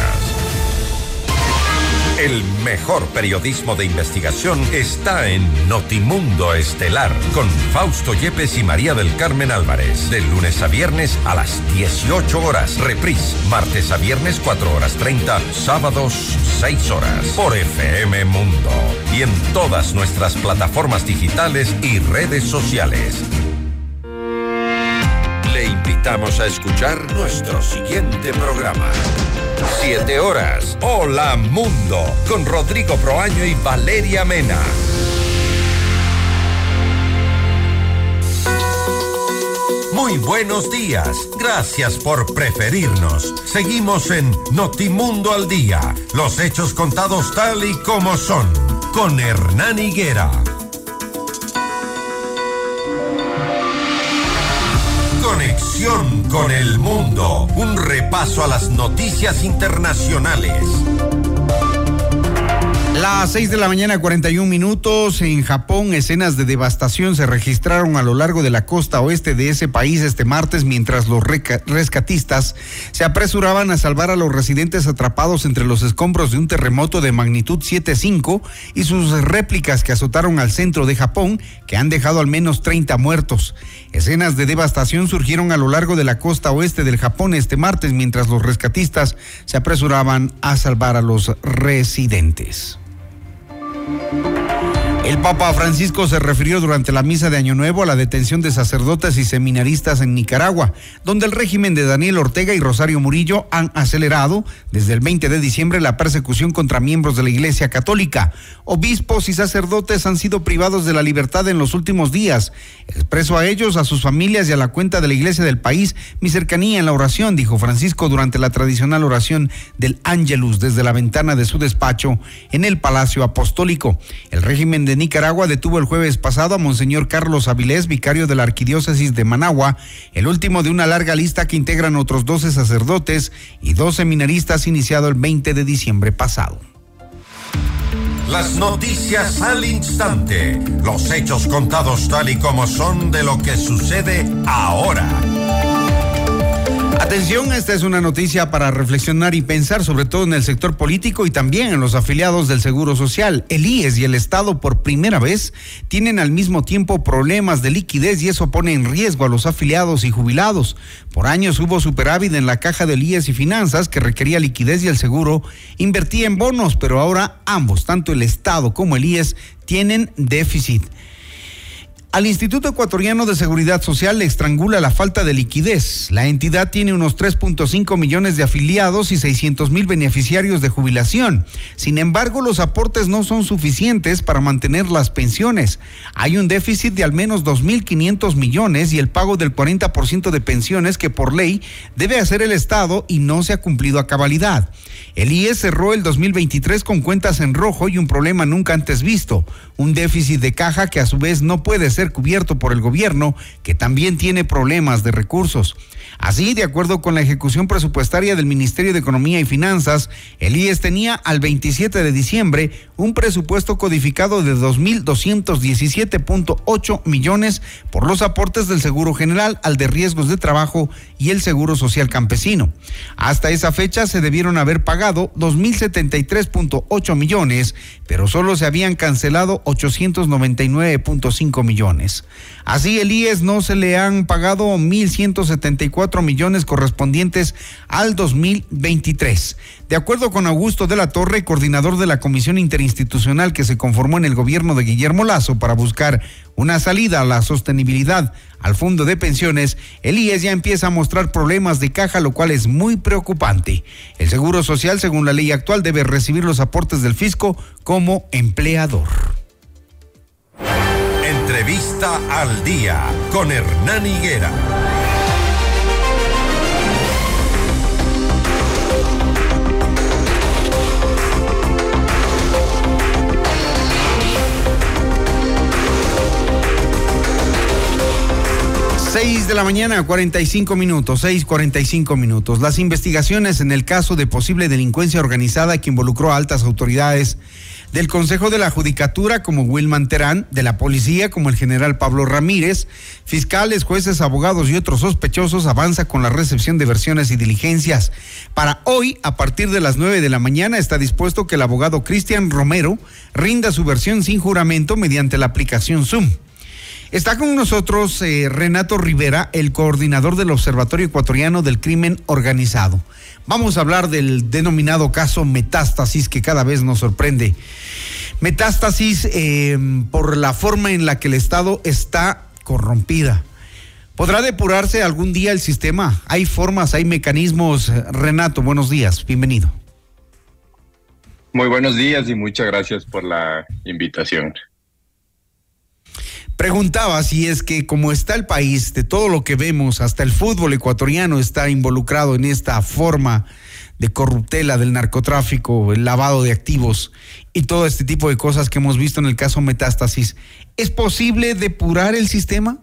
El mejor periodismo de investigación está en Notimundo Estelar, con Fausto Yepes y María del Carmen Álvarez, de lunes a viernes a las 18 horas, reprise, martes a viernes 4 horas 30, sábados 6 horas, por FM Mundo, y en todas nuestras plataformas digitales y redes sociales. Le invitamos a escuchar nuestro siguiente programa. 7 horas. Hola Mundo, con Rodrigo Proaño y Valeria Mena. Muy buenos días. Gracias por preferirnos. Seguimos en Notimundo al Día. Los hechos contados tal y como son. Con Hernán Higuera. Conexión con el mundo. Un repaso a las noticias internacionales. Las 6 de la mañana, 41 minutos. En Japón, escenas de devastación se registraron a lo largo de la costa oeste de ese país este martes, mientras los rescatistas se apresuraban a salvar a los residentes atrapados entre los escombros de un terremoto de magnitud 7.5 y sus réplicas que azotaron al centro de Japón, que han dejado al menos 30 muertos. Escenas de devastación surgieron a lo largo de la costa oeste del Japón este martes, mientras los rescatistas se apresuraban a salvar a los residentes. El Papa Francisco se refirió durante la misa de Año Nuevo a la detención de sacerdotes y seminaristas en Nicaragua, donde el régimen de Daniel Ortega y Rosario Murillo han acelerado desde el 20 de diciembre la persecución contra miembros de la Iglesia Católica. Obispos y sacerdotes han sido privados de la libertad en los últimos días. Expreso a ellos, a sus familias y a la cuenta de la Iglesia del país mi cercanía en la oración, dijo Francisco durante la tradicional oración del Ángelus desde la ventana de su despacho en el Palacio Apostólico. El régimen de Nicaragua detuvo el jueves pasado a Monseñor Carlos Avilés, vicario de la Arquidiócesis de Managua, el último de una larga lista que integran otros 12 sacerdotes y 2 seminaristas iniciado el 20 de diciembre pasado. Las noticias al instante, los hechos contados tal y como son de lo que sucede ahora. Atención, esta es una noticia para reflexionar y pensar, sobre todo en el sector político y también en los afiliados del Seguro Social. El IES y el Estado por primera vez tienen al mismo tiempo problemas de liquidez y eso pone en riesgo a los afiliados y jubilados. Por años hubo superávit en la caja del IES y Finanzas que requería liquidez y el Seguro invertía en bonos, pero ahora ambos, tanto el Estado como el IES, tienen déficit. Al Instituto Ecuatoriano de Seguridad Social le estrangula la falta de liquidez. La entidad tiene unos 3.5 millones de afiliados y 600,000 beneficiarios de jubilación. Sin embargo, los aportes no son suficientes para mantener las pensiones. Hay un déficit de al menos 2.500 millones y el pago del 40% de pensiones que por ley debe hacer el Estado y no se ha cumplido a cabalidad. El IES cerró el 2023 con cuentas en rojo y un problema nunca antes visto, un déficit de caja que a su vez no puede ser ser cubierto por el gobierno, que también tiene problemas de recursos. Así, de acuerdo con la ejecución presupuestaria del Ministerio de Economía y Finanzas, el IES tenía al 27 de diciembre un presupuesto codificado de 2.217.8 millones por los aportes del Seguro General, al de Riesgos de Trabajo y el Seguro Social Campesino. Hasta esa fecha se debieron haber pagado 2.073.8 millones, pero solo se habían cancelado 899.5 millones. Así, el IES no se le han pagado 1.174 millones correspondientes al 2023. De acuerdo con Augusto de la Torre, coordinador de la comisión interinstitucional que se conformó en el gobierno de Guillermo Lasso para buscar una salida a la sostenibilidad al fondo de pensiones, el IES ya empieza a mostrar problemas de caja, lo cual es muy preocupante. El Seguro Social, según la ley actual, debe recibir los aportes del fisco como empleador. Entrevista al día con Hernán Higuera. 6 de la mañana, 45 minutos, 6:45 minutos. Las investigaciones en el caso de posible delincuencia organizada que involucró a altas autoridades del Consejo de la Judicatura como Wilman Terán, de la Policía como el general Pablo Ramírez, fiscales, jueces, abogados y otros sospechosos, avanza con la recepción de versiones y diligencias. Para hoy, a partir de las 9 de la mañana, está dispuesto que el abogado Cristian Romero rinda su versión sin juramento mediante la aplicación Zoom. Está con nosotros Renato Rivera, el coordinador del Observatorio Ecuatoriano del Crimen Organizado. Vamos a hablar del denominado caso Metástasis, que cada vez nos sorprende. Metástasis por la forma en la que el Estado está corrompida. ¿Podrá depurarse algún día el sistema? ¿Hay formas, hay mecanismos? Renato, buenos días, bienvenido. Muy buenos días y muchas gracias por la invitación. Preguntaba si es que como está el país, de todo lo que vemos, hasta el fútbol ecuatoriano está involucrado en esta forma de corruptela del narcotráfico, el lavado de activos y todo este tipo de cosas que hemos visto en el caso Metástasis. ¿Es posible depurar el sistema?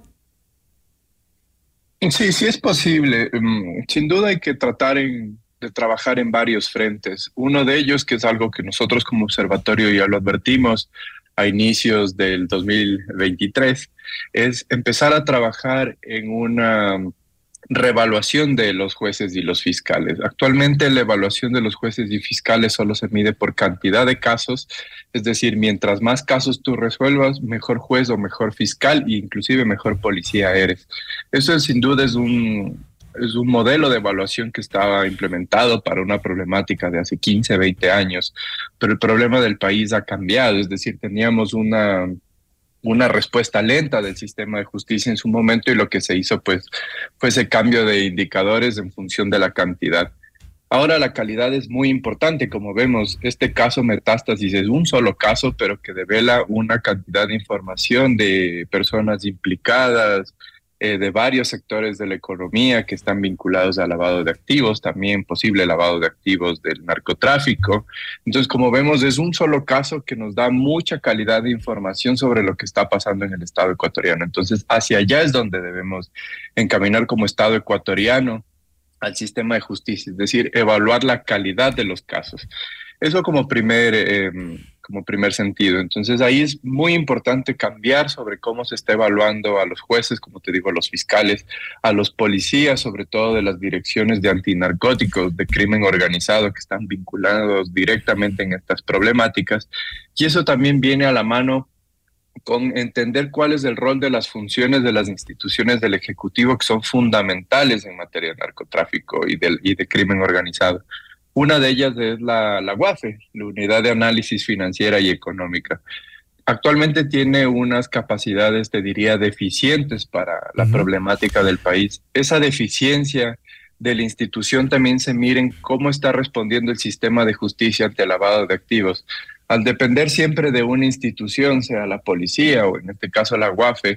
Sí es posible. Sin duda hay que tratar de trabajar en varios frentes. Uno de ellos, que es algo que nosotros como observatorio ya lo advertimos a inicios del 2023, es empezar a trabajar en una reevaluación de los jueces y los fiscales. Actualmente la evaluación de los jueces y fiscales solo se mide por cantidad de casos, es decir, mientras más casos tú resuelvas, mejor juez o mejor fiscal e inclusive mejor policía eres. Eso sin duda es un modelo de evaluación que estaba implementado para una problemática de hace 15, 20 años, pero el problema del país ha cambiado, es decir, teníamos una respuesta lenta del sistema de justicia en su momento y lo que se hizo pues fue ese cambio de indicadores en función de la cantidad. Ahora la calidad es muy importante, como vemos, este caso Metástasis es un solo caso, pero que devela una cantidad de información de personas implicadas, de varios sectores de la economía que están vinculados al lavado de activos, también posible lavado de activos del narcotráfico. Entonces, como vemos, es un solo caso que nos da mucha calidad de información sobre lo que está pasando en el Estado ecuatoriano. Entonces, hacia allá es donde debemos encaminar como Estado ecuatoriano al sistema de justicia, es decir, evaluar la calidad de los casos. Eso como primer sentido. Entonces ahí es muy importante cambiar sobre cómo se está evaluando a los jueces, como te digo, a los fiscales, a los policías, sobre todo de las direcciones de antinarcóticos, de crimen organizado, que están vinculados directamente en estas problemáticas. Y eso también viene a la mano con entender cuál es el rol de las funciones de las instituciones del Ejecutivo, que son fundamentales en materia de narcotráfico y de crimen organizado. Una de ellas es la UAFE, la Unidad de Análisis Financiera y Económica. Actualmente tiene unas capacidades, te diría, deficientes para la problemática del país. Esa deficiencia de la institución también se mira en cómo está respondiendo el sistema de justicia ante el lavado de activos. Al depender siempre de una institución, sea la policía o en este caso la UAFE,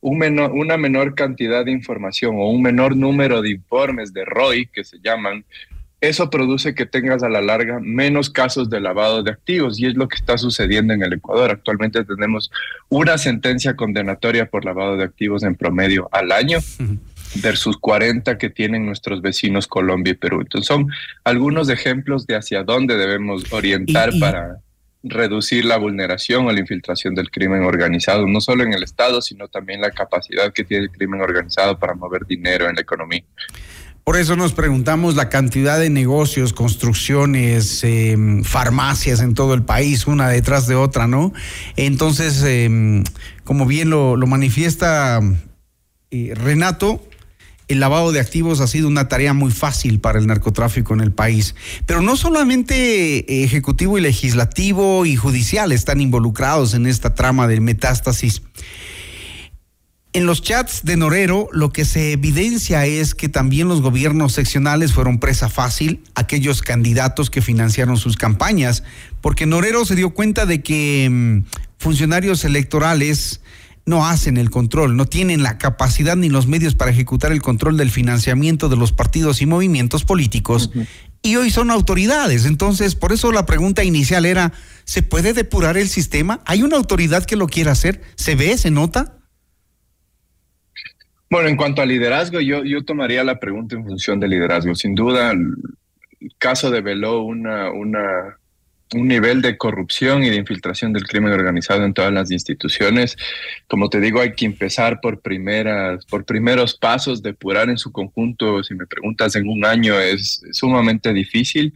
una menor cantidad de información o un menor número de informes de ROI, que se llaman, eso produce que tengas a la larga menos casos de lavado de activos, y es lo que está sucediendo en el Ecuador. Actualmente tenemos una sentencia condenatoria por lavado de activos en promedio al año, versus 40 que tienen nuestros vecinos Colombia y Perú. Entonces son algunos ejemplos de hacia dónde debemos orientar para reducir la vulneración o la infiltración del crimen organizado, no solo en el Estado, sino también la capacidad que tiene el crimen organizado para mover dinero en la economía. Por eso nos preguntamos la cantidad de negocios, construcciones, farmacias en todo el país, una detrás de otra, ¿no? Entonces, como bien lo manifiesta Renato, el lavado de activos ha sido una tarea muy fácil para el narcotráfico en el país. Pero no solamente ejecutivo y legislativo y judicial están involucrados en esta trama del Metástasis. En los chats de Norero, lo que se evidencia es que también los gobiernos seccionales fueron presa fácil, aquellos candidatos que financiaron sus campañas, porque Norero se dio cuenta de que funcionarios electorales no hacen el control, no tienen la capacidad ni los medios para ejecutar el control del financiamiento de los partidos y movimientos políticos, y hoy son autoridades. Entonces, por eso la pregunta inicial era, ¿se puede depurar el sistema? ¿Hay una autoridad que lo quiera hacer? ¿Se ve? ¿Se nota? Bueno, en cuanto a liderazgo, yo tomaría la pregunta en función de liderazgo. Sin duda, el caso develó un nivel de corrupción y de infiltración del crimen organizado en todas las instituciones. Como te digo, hay que empezar por primeros pasos, depurar en su conjunto. Si me preguntas, en un año es sumamente difícil.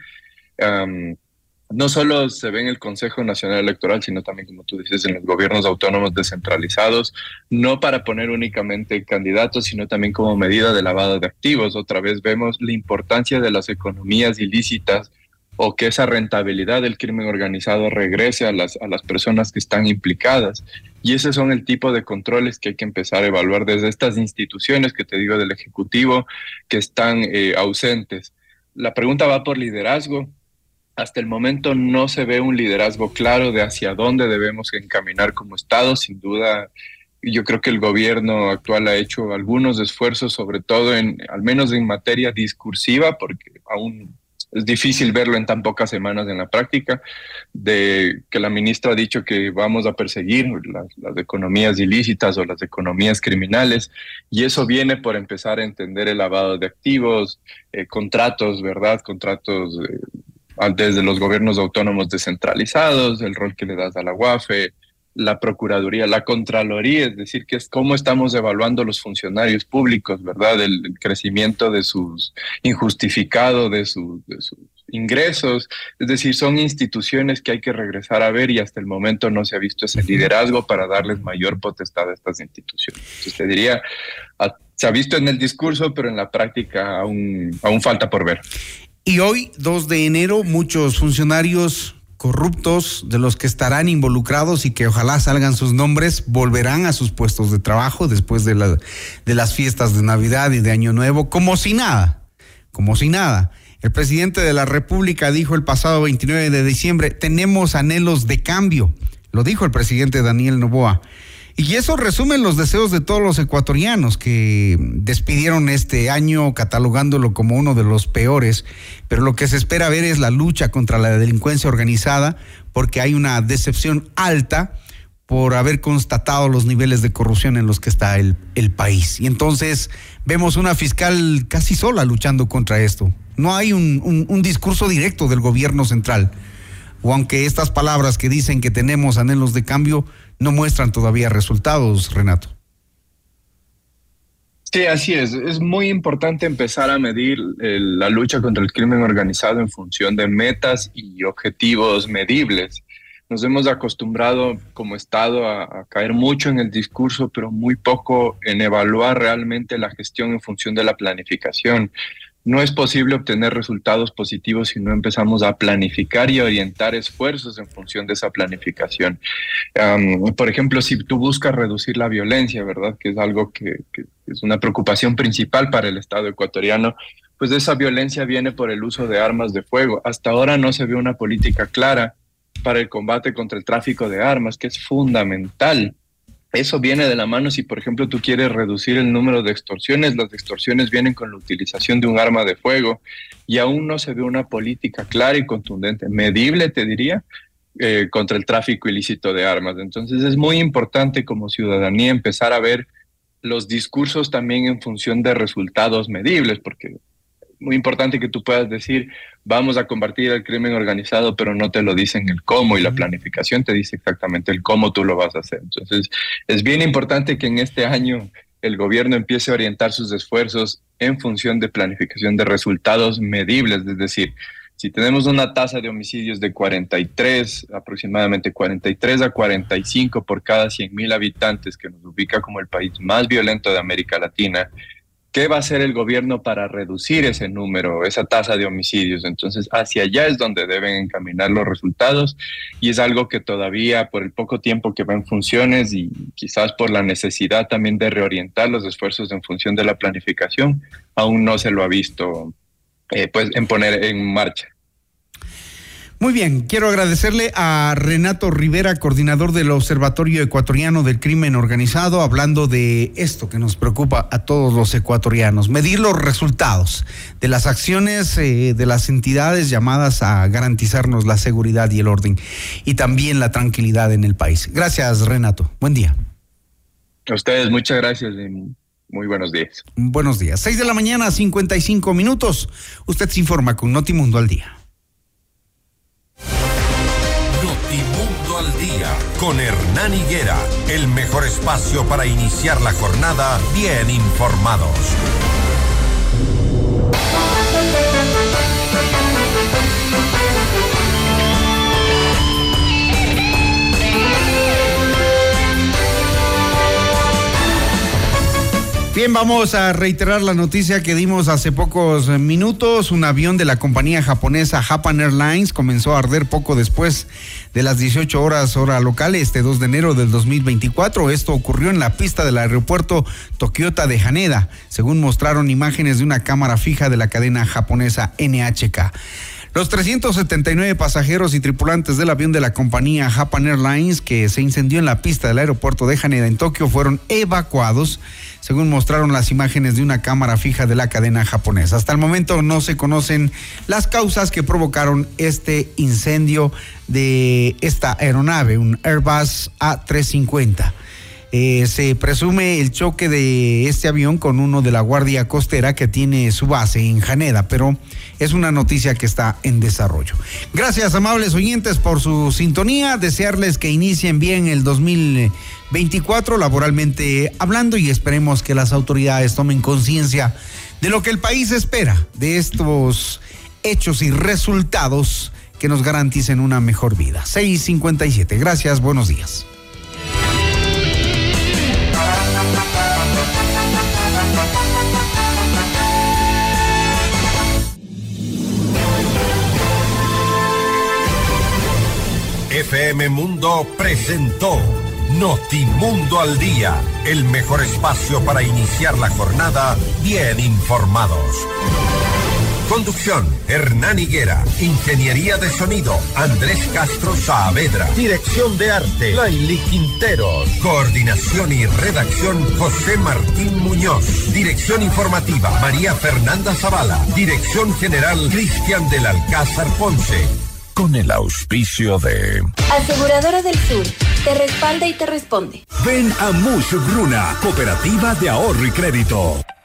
No solo se ve en el Consejo Nacional Electoral, sino también, como tú dices, en los gobiernos autónomos descentralizados, no para poner únicamente candidatos, sino también como medida de lavado de activos. Otra vez vemos la importancia de las economías ilícitas, o que esa rentabilidad del crimen organizado regrese a las personas que están implicadas. Y esos son el tipo de controles que hay que empezar a evaluar desde estas instituciones que te digo del Ejecutivo, que están ausentes. La pregunta va por liderazgo. Hasta el momento no se ve un liderazgo claro de hacia dónde debemos encaminar como Estado. Sin duda, yo creo que el gobierno actual ha hecho algunos esfuerzos, sobre todo al menos en materia discursiva, porque aún es difícil verlo en tan pocas semanas en la práctica, de que la ministra ha dicho que vamos a perseguir las economías ilícitas o las economías criminales, y eso viene por empezar a entender el lavado de activos, contratos, ¿verdad? Contratos desde los gobiernos autónomos descentralizados, el rol que le das a la UAFE, la Procuraduría, la Contraloría, es decir, que es cómo estamos evaluando los funcionarios públicos, ¿verdad? El crecimiento de sus injustificado, de sus ingresos. Es decir, son instituciones que hay que regresar a ver, y hasta el momento no se ha visto ese liderazgo para darles mayor potestad a estas instituciones. Entonces te diría, se ha visto en el discurso, pero en la práctica aún falta por ver. Y hoy, 2 de enero, muchos funcionarios corruptos, de los que estarán involucrados y que ojalá salgan sus nombres, volverán a sus puestos de trabajo después de las fiestas de Navidad y de Año Nuevo, como si nada. El presidente de la República dijo el pasado 29 de diciembre, tenemos anhelos de cambio, lo dijo el presidente Daniel Noboa. Y eso resume los deseos de todos los ecuatorianos que despidieron este año catalogándolo como uno de los peores, pero lo que se espera ver es la lucha contra la delincuencia organizada, porque hay una decepción alta por haber constatado los niveles de corrupción en los que está el país. Y entonces vemos una fiscal casi sola luchando contra esto. No hay un discurso directo del gobierno central, o aunque estas palabras que dicen que tenemos anhelos de cambio no muestran todavía resultados, Renato. Sí, así es. Es muy importante empezar a medir la lucha contra el crimen organizado en función de metas y objetivos medibles. Nos hemos acostumbrado como Estado a caer mucho en el discurso, pero muy poco en evaluar realmente la gestión en función de la planificación. No es posible obtener resultados positivos si no empezamos a planificar y orientar esfuerzos en función de esa planificación. Por ejemplo, si tú buscas reducir la violencia, ¿verdad? Que es algo que es una preocupación principal para el Estado ecuatoriano, pues esa violencia viene por el uso de armas de fuego. Hasta ahora no se ve una política clara para el combate contra el tráfico de armas, que es fundamental eso viene de la mano. Si, por ejemplo, tú quieres reducir el número de extorsiones, las extorsiones vienen con la utilización de un arma de fuego y aún no se ve una política clara y contundente, medible, te diría, contra el tráfico ilícito de armas. Entonces es muy importante como ciudadanía empezar a ver los discursos también en función de resultados medibles, porque es muy importante que tú puedas decir, vamos a combatir el crimen organizado, pero no te lo dicen el cómo, y la planificación te dice exactamente el cómo tú lo vas a hacer. Entonces, es bien importante que en este año el gobierno empiece a orientar sus esfuerzos en función de planificación de resultados medibles, es decir, si tenemos una tasa de homicidios de 43, aproximadamente 43 a 45 por cada 100,000 habitantes, que nos ubica como el país más violento de América Latina, ¿qué va a hacer el gobierno para reducir ese número, esa tasa de homicidios? Entonces, hacia allá es donde deben encaminar los resultados, y es algo que todavía, por el poco tiempo que va en funciones y quizás por la necesidad también de reorientar los esfuerzos en función de la planificación, aún no se lo ha visto en poner en marcha. Muy bien, quiero agradecerle a Renato Rivera, coordinador del Observatorio Ecuatoriano del Crimen Organizado, hablando de esto que nos preocupa a todos los ecuatorianos, medir los resultados de las acciones de las entidades llamadas a garantizarnos la seguridad y el orden y también la tranquilidad en el país. Gracias, Renato. Buen día. A ustedes, muchas gracias y muy buenos días. Buenos días. 6:55 a.m. Usted se informa con Notimundo al Día. Notimundo al Día, con Hernán Higuera, el mejor espacio para iniciar la jornada bien informados. Bien, vamos a reiterar la noticia que dimos hace pocos minutos. Un avión de la compañía japonesa Japan Airlines comenzó a arder poco después de las 18 horas hora local este 2 de enero del 2024. Esto ocurrió en la pista del aeropuerto Tokyota de Haneda, según mostraron imágenes de una cámara fija de la cadena japonesa NHK. Los 379 pasajeros y tripulantes del avión de la compañía Japan Airlines que se incendió en la pista del aeropuerto de Haneda en Tokio fueron evacuados, según mostraron las imágenes de una cámara fija de la cadena japonesa. Hasta el momento no se conocen las causas que provocaron este incendio de esta aeronave, un Airbus A350. Se presume el choque de este avión con uno de la Guardia Costera que tiene su base en Haneda, pero es una noticia que está en desarrollo. Gracias, amables oyentes, por su sintonía. Desearles que inicien bien el 2024 laboralmente hablando, y esperemos que las autoridades tomen conciencia de lo que el país espera de estos hechos y resultados que nos garanticen una mejor vida. 6:57. Gracias, buenos días. FM Mundo presentó Notimundo al Día, el mejor espacio para iniciar la jornada bien informados. Conducción, Hernán Higuera. Ingeniería de sonido, Andrés Castro Saavedra. Dirección de arte, Laili Quinteros. Coordinación y redacción, José Martín Muñoz. Dirección informativa, María Fernanda Zavala. Dirección general, Cristian del Alcázar Ponce. Con el auspicio de Aseguradora del Sur, te respalda y te responde. Ven a Mush Gruna, Cooperativa de Ahorro y Crédito.